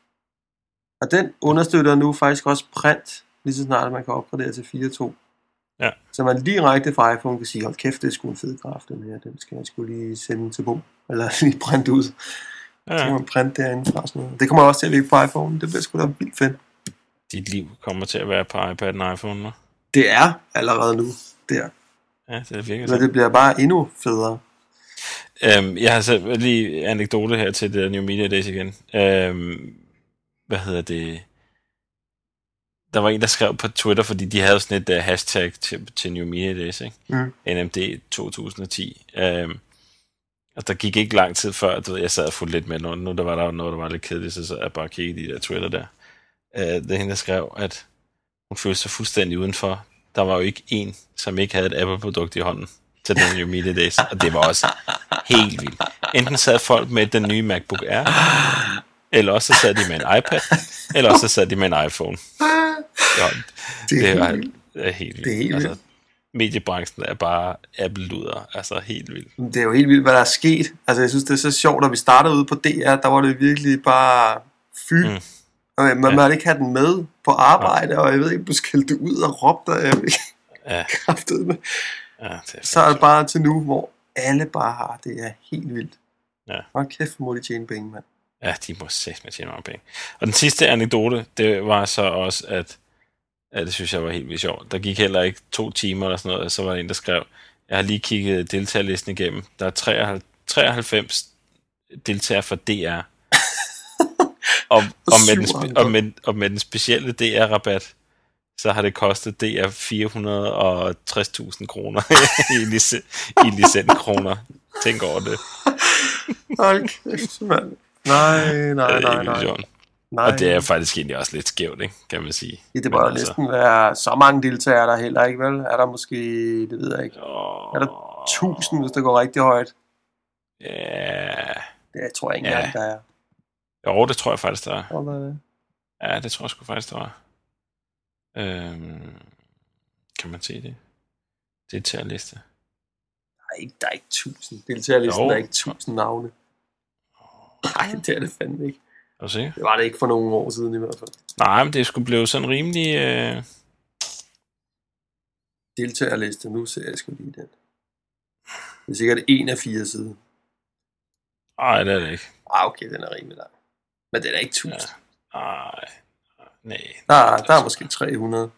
Og den understøtter nu faktisk også print, lige så snart man kan opgradere til fire punkt to. Ja. Så man direkte fra iPhone kan sige, hold kæft, det er sgu en fed graf, den her, den skal jeg sgu lige sende til Bo, eller lige printe ud. Ja. Så kan man printe derinde fra sådan noget. Det kommer også til at ligge på iPhone. Det bliver sgu da vildt fedt. Dit liv kommer til at være på iPad og iPhone nu? Det er allerede nu. Der. Ja, det virker så. Men det bliver bare endnu federe. Um, jeg har så lige anekdote her til det New Media Days igen. Um, hvad hedder det? Der var en, der skrev på Twitter, fordi de havde sådan et uh, hashtag til, til New Media Days, ikke? Mm. N M D to tusind og ti. Um, Og der gik ikke lang tid før, du ved, jeg sad og fulgte lidt med, når nu der var der noget, der var lidt kedeligt, så sad jeg bare og kiggede i de der Twitter der. Uh, det er hende, der skrev, at hun følte sig fuldstændig udenfor. Der var jo ikke en, som ikke havde et Apple-produkt i hånden til den New Media Days, og det var også helt vildt. Enten sad folk med den nye MacBook Air, eller også så sad de med en iPad, eller også så sad de med en iPhone. Ja, det, det var helt, helt vildt. Det er helt vildt. Altså, mediebranchen er bare Apple-luder, altså helt vildt. Det er jo helt vildt, hvad der er sket. Altså jeg synes, det er så sjovt, at vi startede ude på D R, der var det virkelig bare fyldt. Mm. Og man ja. måtte ikke have den med på arbejde, ja. og jeg ved ikke, du skældte ud og råbte, og jeg ved ikke, ja. kraftede med. Ja, det er så er det bare til nu, hvor alle bare har, det er helt vildt. Ja. Og kæft, må de tjene penge, mand. Ja, de må sætte med tjene mange penge. Og den sidste anekdote, det var så også, at ja, det synes jeg var helt vildt sjovt. Der gik heller ikke to timer eller sådan noget, og så var der en, der skrev, jeg har lige kigget deltagerlisten igennem. Der er treoghalvfems deltagere fra D R. og, og, med den spe, og, med, og med den specielle D R-rabat, så har det kostet D R fire hundrede og tres tusind kroner i, licen, i licenskroner. Tænk over det. Hold kæft, mand. Nej, nej, nej, nej. Nej. Og det er faktisk egentlig også lidt skævt, ikke? Kan man sige. Ja, det må altså næsten være så mange deltagere der heller ikke, vel? Er der måske, det ved jeg ikke. Oh. Er der tusind, hvis det går rigtig højt? Ja. Det tror jeg ikke engang, ja. der er. Jo, det tror jeg faktisk, der er. Oh, hvad er det? Ja, det tror jeg sgu faktisk, der var. Øhm, kan man se det? Deltagerliste. Der er ikke, der er ikke tusind. Deltagerlisten der er ikke tusind navne. Nej, det er det fandme ikke. Det var det ikke for nogle år siden i hvert fald. Nej, men det skulle blive sådan rimelig... Øh... Deltagerliste, nu ser jeg sgu lige den. Det er sikkert en af fire sider. Nej, det er det ikke. Ah, okay, den er rimelig lang. Men den er ikke tusind. Ja. Nej, nej. Der, der er måske tre hundrede.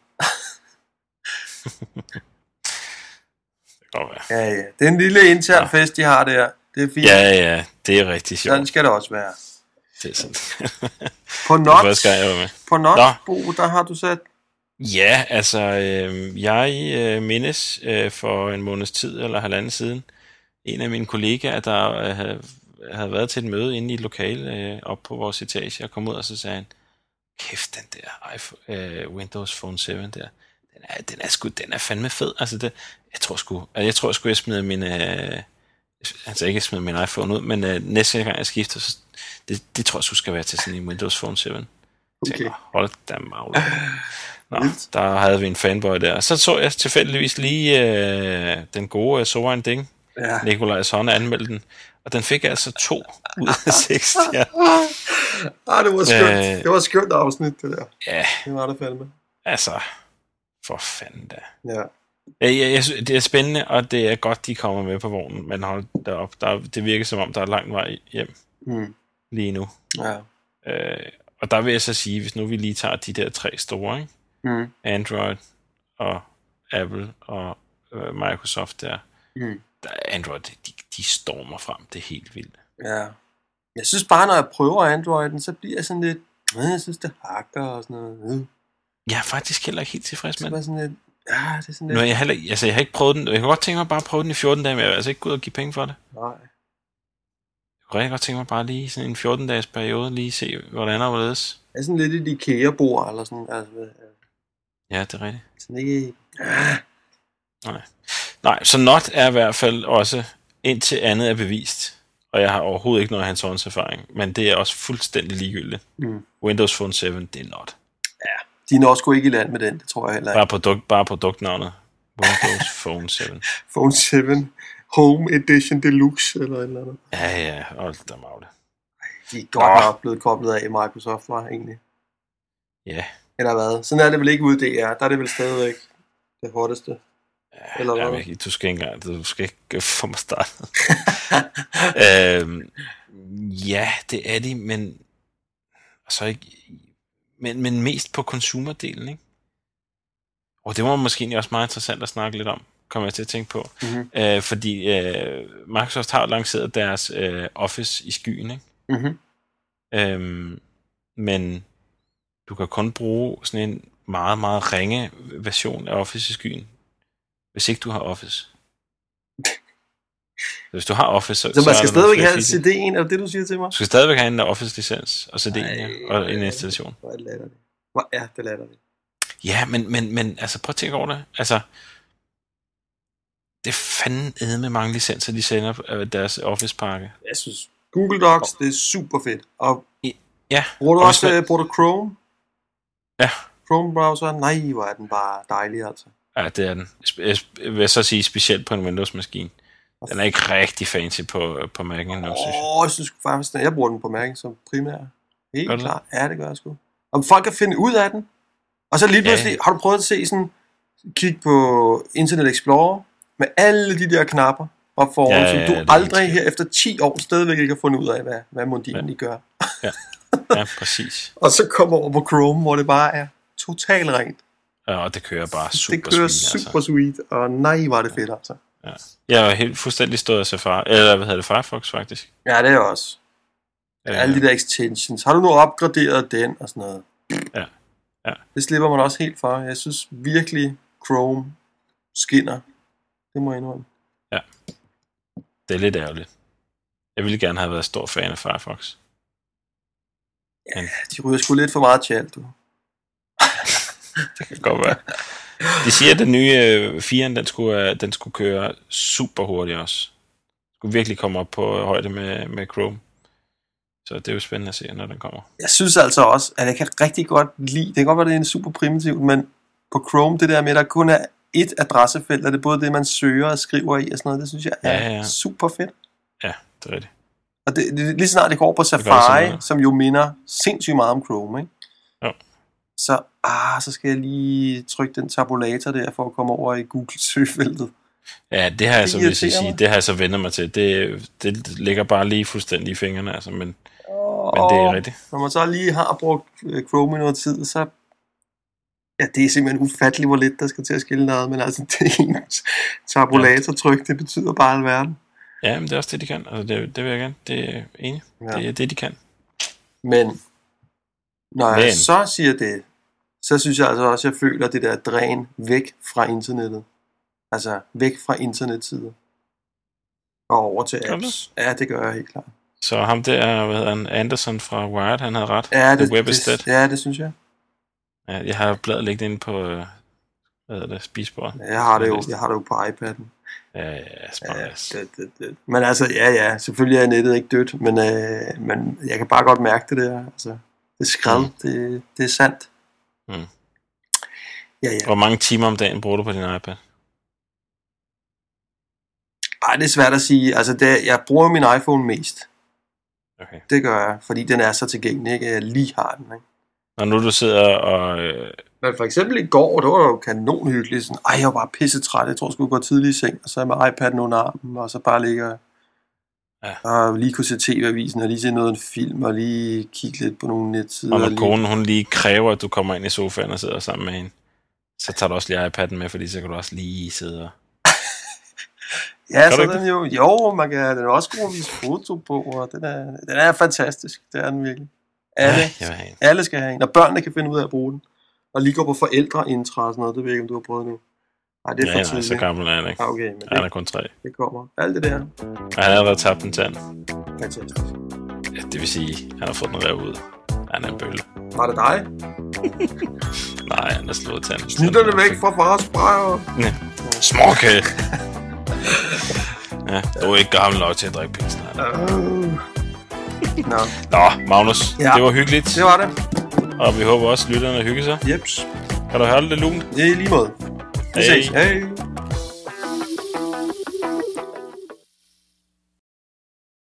Det kan godt være. Ja, ja. Det er en lille intern ja. fest, de har der. Det er fint. Ja, ja, det er rigtig sjovt. Sådan skal det også være. Det er sådan. På Not, på Not Bo, der har du sat... Ja, altså, øh, jeg øh, mindes øh, for en måneds tid eller halvanden siden, en af mine kollegaer, der øh, havde, havde været til et møde inde i et lokale øh, op på vores etage, og kom ud, og så sagde han, kæft, den der iPhone, øh, Windows Phone syv der, den er, den er sgu, den er fandme fed. Altså det, jeg tror sgu, jeg tror sgu, jeg smider min, øh, altså ikke smider min iPhone ud, men øh, næste gang jeg skifter, så det, det tror jeg sgu skal være til sådan en Windows Phone syv. Okay. Tænker, hold da magle. Nå, der havde vi en fanboy der. Så så jeg tilfældigvis lige øh, den gode uh, So ein Ding. Ja. Nikolaj Sonne anmeldte den. Og den fik altså to ud af seks. Ja. Ah, det var skønt. Øh, det var skønt afsnit, det der. Ja. Det var der fandme. Altså, for fanden da. Ja. Jeg, jeg, jeg, det er spændende, og det er godt, de kommer med på vognen. Men hold da op. Der, det virker som om, der er lang vej hjem. Mm. Lige nu. Ja. Øh, og der vil jeg så sige, hvis nu vi lige tager de der tre store, ikke? Mm. Android og Apple og øh, Microsoft der, mm. der Android, de, de stormer frem, det er helt vildt. Ja. Jeg synes bare, når jeg prøver Androiden, så bliver jeg sådan lidt, øh, jeg synes det hakker og sådan noget. Øh. Jeg er faktisk heller ikke helt tilfreds med det. Sådan lidt, ja, det er sådan lidt. Nå, jeg, heller, altså, jeg har ikke prøvet den, jeg kan godt tænke mig bare at prøve den i fjorten dage, men jeg vil altså ikke gå ud og give penge for det. Nej. Jeg kunne rigtig godt tænke mig bare lige sådan en fjorten dages periode, lige se, hvordan og hvorledes. Det er sådan lidt et IKEA-bord, eller sådan, altså. Ja, det er rigtigt. Sådan ikke... Ah. Nej. Nej, så Not er i hvert fald også indtil andet er bevist. Og jeg har overhovedet ikke noget hands-on erfaring, men det er også fuldstændig ligegyldigt. Mm. Windows Phone syv, det er Not. Ja, de når sgu ikke i land med den, det tror jeg heller ikke. Bare, produkt, bare produktnavnet. Windows Phone syv. Phone syv, Home Edition Deluxe, eller et eller andet. Ja, ja, hold da magle. De er godt nok blevet koblet af Microsoft, var egentlig. Ja. Eller hvad? Sådan er det vel ikke ude i D R. Der er det vel stadigvæk det hurtigste. Ja, eller hvad? Jamen, du skal ikke engang, du skal ikke få mig startet. øhm, ja, det er de, men altså ikke, men, men mest på consumerdelen, ikke? Og det var måske også meget interessant at snakke lidt om, kommer jeg til at tænke på. Mm-hmm. Øh, fordi øh, Microsoft har lanceret deres øh, Office i skyen, ikke? Mm-hmm. Øhm, men du kan kun bruge sådan en meget, meget ringe version af Office i skyen, hvis ikke du har Office. Hvis du har Office, så, så man skal så stadigvæk have C D'en, er det det, du siger til mig? Du skal stadigvæk have en Office-licens og C D'en, ja, og en installation. Hvor er det latterligt. Hvor er det latterligt. Ja, men, men, men altså, prøv at tænke over det. Altså, det er fanden æde med mange licenser, de sender af deres Office-pakke. Jeg synes, Google Docs, det er super fedt. Og ja. Bruger du også man... bruger du Chrome? Ja. Chrome-browser? Nej, hvor er den bare dejlig, altså. Ja, det er den. Jeg vil så sige specielt på en Windows-maskine. Den er ikke rigtig fancy på, på Mac'en. Åh, oh, jeg synes faktisk, at jeg bruger den på Mac'en som primær. Helt klart. Ja, det gør jeg sgu. Om folk kan finde ud af den. Og så lige pludselig, ja. Har du prøvet at se sådan, kig på Internet Explorer, med alle de der knapper op foran, ja, ja, som du aldrig her efter ti år stadigvæk ikke har fundet ud af, hvad, hvad Mondinen ja. gør. Ja. Ja, præcis. Og så kommer over på Chrome, hvor det bare er totalt rent. Ja, og det kører bare super Det kører sweet, super altså. sweet, og nej, var det fedt, altså. Ja. Jeg er helt fuldstændig stået af Safari, eller hvad hedder det, Firefox faktisk. Ja, det er også. Ja, alle de der extensions. Har du nu opgraderet den og sådan noget? Ja. Ja. Det slipper man også helt for. Jeg synes virkelig, Chrome skinner. Det må jeg indrømme. Ja. Det er lidt ærgerligt. Jeg ville gerne have været stor fan af Firefox. Ja, de ryger sgu lidt for meget tjalt, du. Det kan godt være. De siger, at den nye firen, den skulle, den skulle køre super hurtigt også. Den skulle virkelig komme op på højde med, med Chrome. Så det er jo spændende at se, når den kommer. Jeg synes altså også, at jeg kan rigtig godt lide, det kan godt være, det er en super primitivt, men på Chrome, det der med, at der kun er et adressefelt, og det er både det, man søger og skriver i og sådan noget, det synes jeg er ja, ja. super fedt. Ja, det er rigtigt. Og det, det, lige snart det går på Safari, som jo minder sindssygt meget om Chrome, ikke? Ja. Så, ah, så skal jeg lige trykke den tabulator der, for at komme over i Google-søgefeltet. Ja, det har jeg så, vil jeg sige, det har jeg så vendt mig til. Det, det ligger bare lige fuldstændig i fingrene, altså, men, oh, men det er rigtigt. Når man så lige har brugt Chrome i noget tid, så ja, det er simpelthen ufatteligt, hvor lidt der skal til at skille noget, men altså, det ens tabulatortryk, det betyder bare alverden. Ja, men det er også det, de kan. Altså, det, det vil jeg gerne. Det er enig. Ja. Det er det, de kan. Men når men. jeg så siger det, så synes jeg altså også, at jeg føler det der dræn væk fra internettet. Altså væk fra internetsider. Og over til apps. Ja, det gør jeg helt klart. Så ham der, hvad hedder han, Anderson fra Wired, han havde ret. Ja, det, The web is det, dead. Ja, det synes jeg. Ja, jeg har bladet liggende inde på, hvad hedder det, spisebordet. Ja, jeg har det jo, jeg har det jo på iPad'en. Ja, ja, smart. Ja, det, det, det. Men altså, ja, ja, selvfølgelig er nettet ikke dødt, men, øh, men jeg kan bare godt mærke det der. Altså, det er skred, mm. det, det er sandt. Mm. Ja, ja. Hvor mange timer om dagen bruger du på din iPad? Ej, det er svært at sige. Altså, det, jeg bruger min iPhone mest. Okay. Det gør jeg, fordi den er så tilgængelig, ikke? Jeg lige har den, ikke? Og nu du sidder og... Øh... Men for eksempel i går, der var det jo kanonhyggeligt. Sådan, ej, jeg var bare pissetræt. Jeg tror, jeg skulle gå tidligt i seng. Og så med iPad'en under armen, og så bare ligge ja. og lige kunne se T V-avisen, og lige se noget af en film, og lige kigge lidt på nogle netsider. Og når lige... konen, hun lige kræver, at du kommer ind i sofaen og sidder sammen med hende, så tager du også lige iPad'en med, fordi så kan du også lige sidde og... Ja, så den jo, jo, man kan, den er også god at vise foto på, og den er, den er fantastisk, det er den virkelig. Alle, ja, alle skal have en, og børnene kan finde ud af at bruge den. Og lige gå på forældreintra og sådan noget, det ved jeg ikke, om du har prøvet nu. Nej, det er ja, for nej, tidligt. så gammel er han ikke. Ah, okay, men han det, er kun tre. Det kommer. Alt det der. Og han har allerede tabt en tand. Fantastisk. Ja, det vil sige, han har fået den rev ud. Han er en bølle. Var det dig? Nej, han har slået tanden. Snitter det væk fra fars bræger. Ja. Smokke! Ja, du er ikke gammel nok til at drikke pilsen. Uh. No. Nå, Magnus, ja. Det var hyggeligt. Det var det. Og vi håber også, at lytterne hygger sig. Jeps. Kan du høre det lunt? Det er i lige måde. Vi ses. Hey. Hej.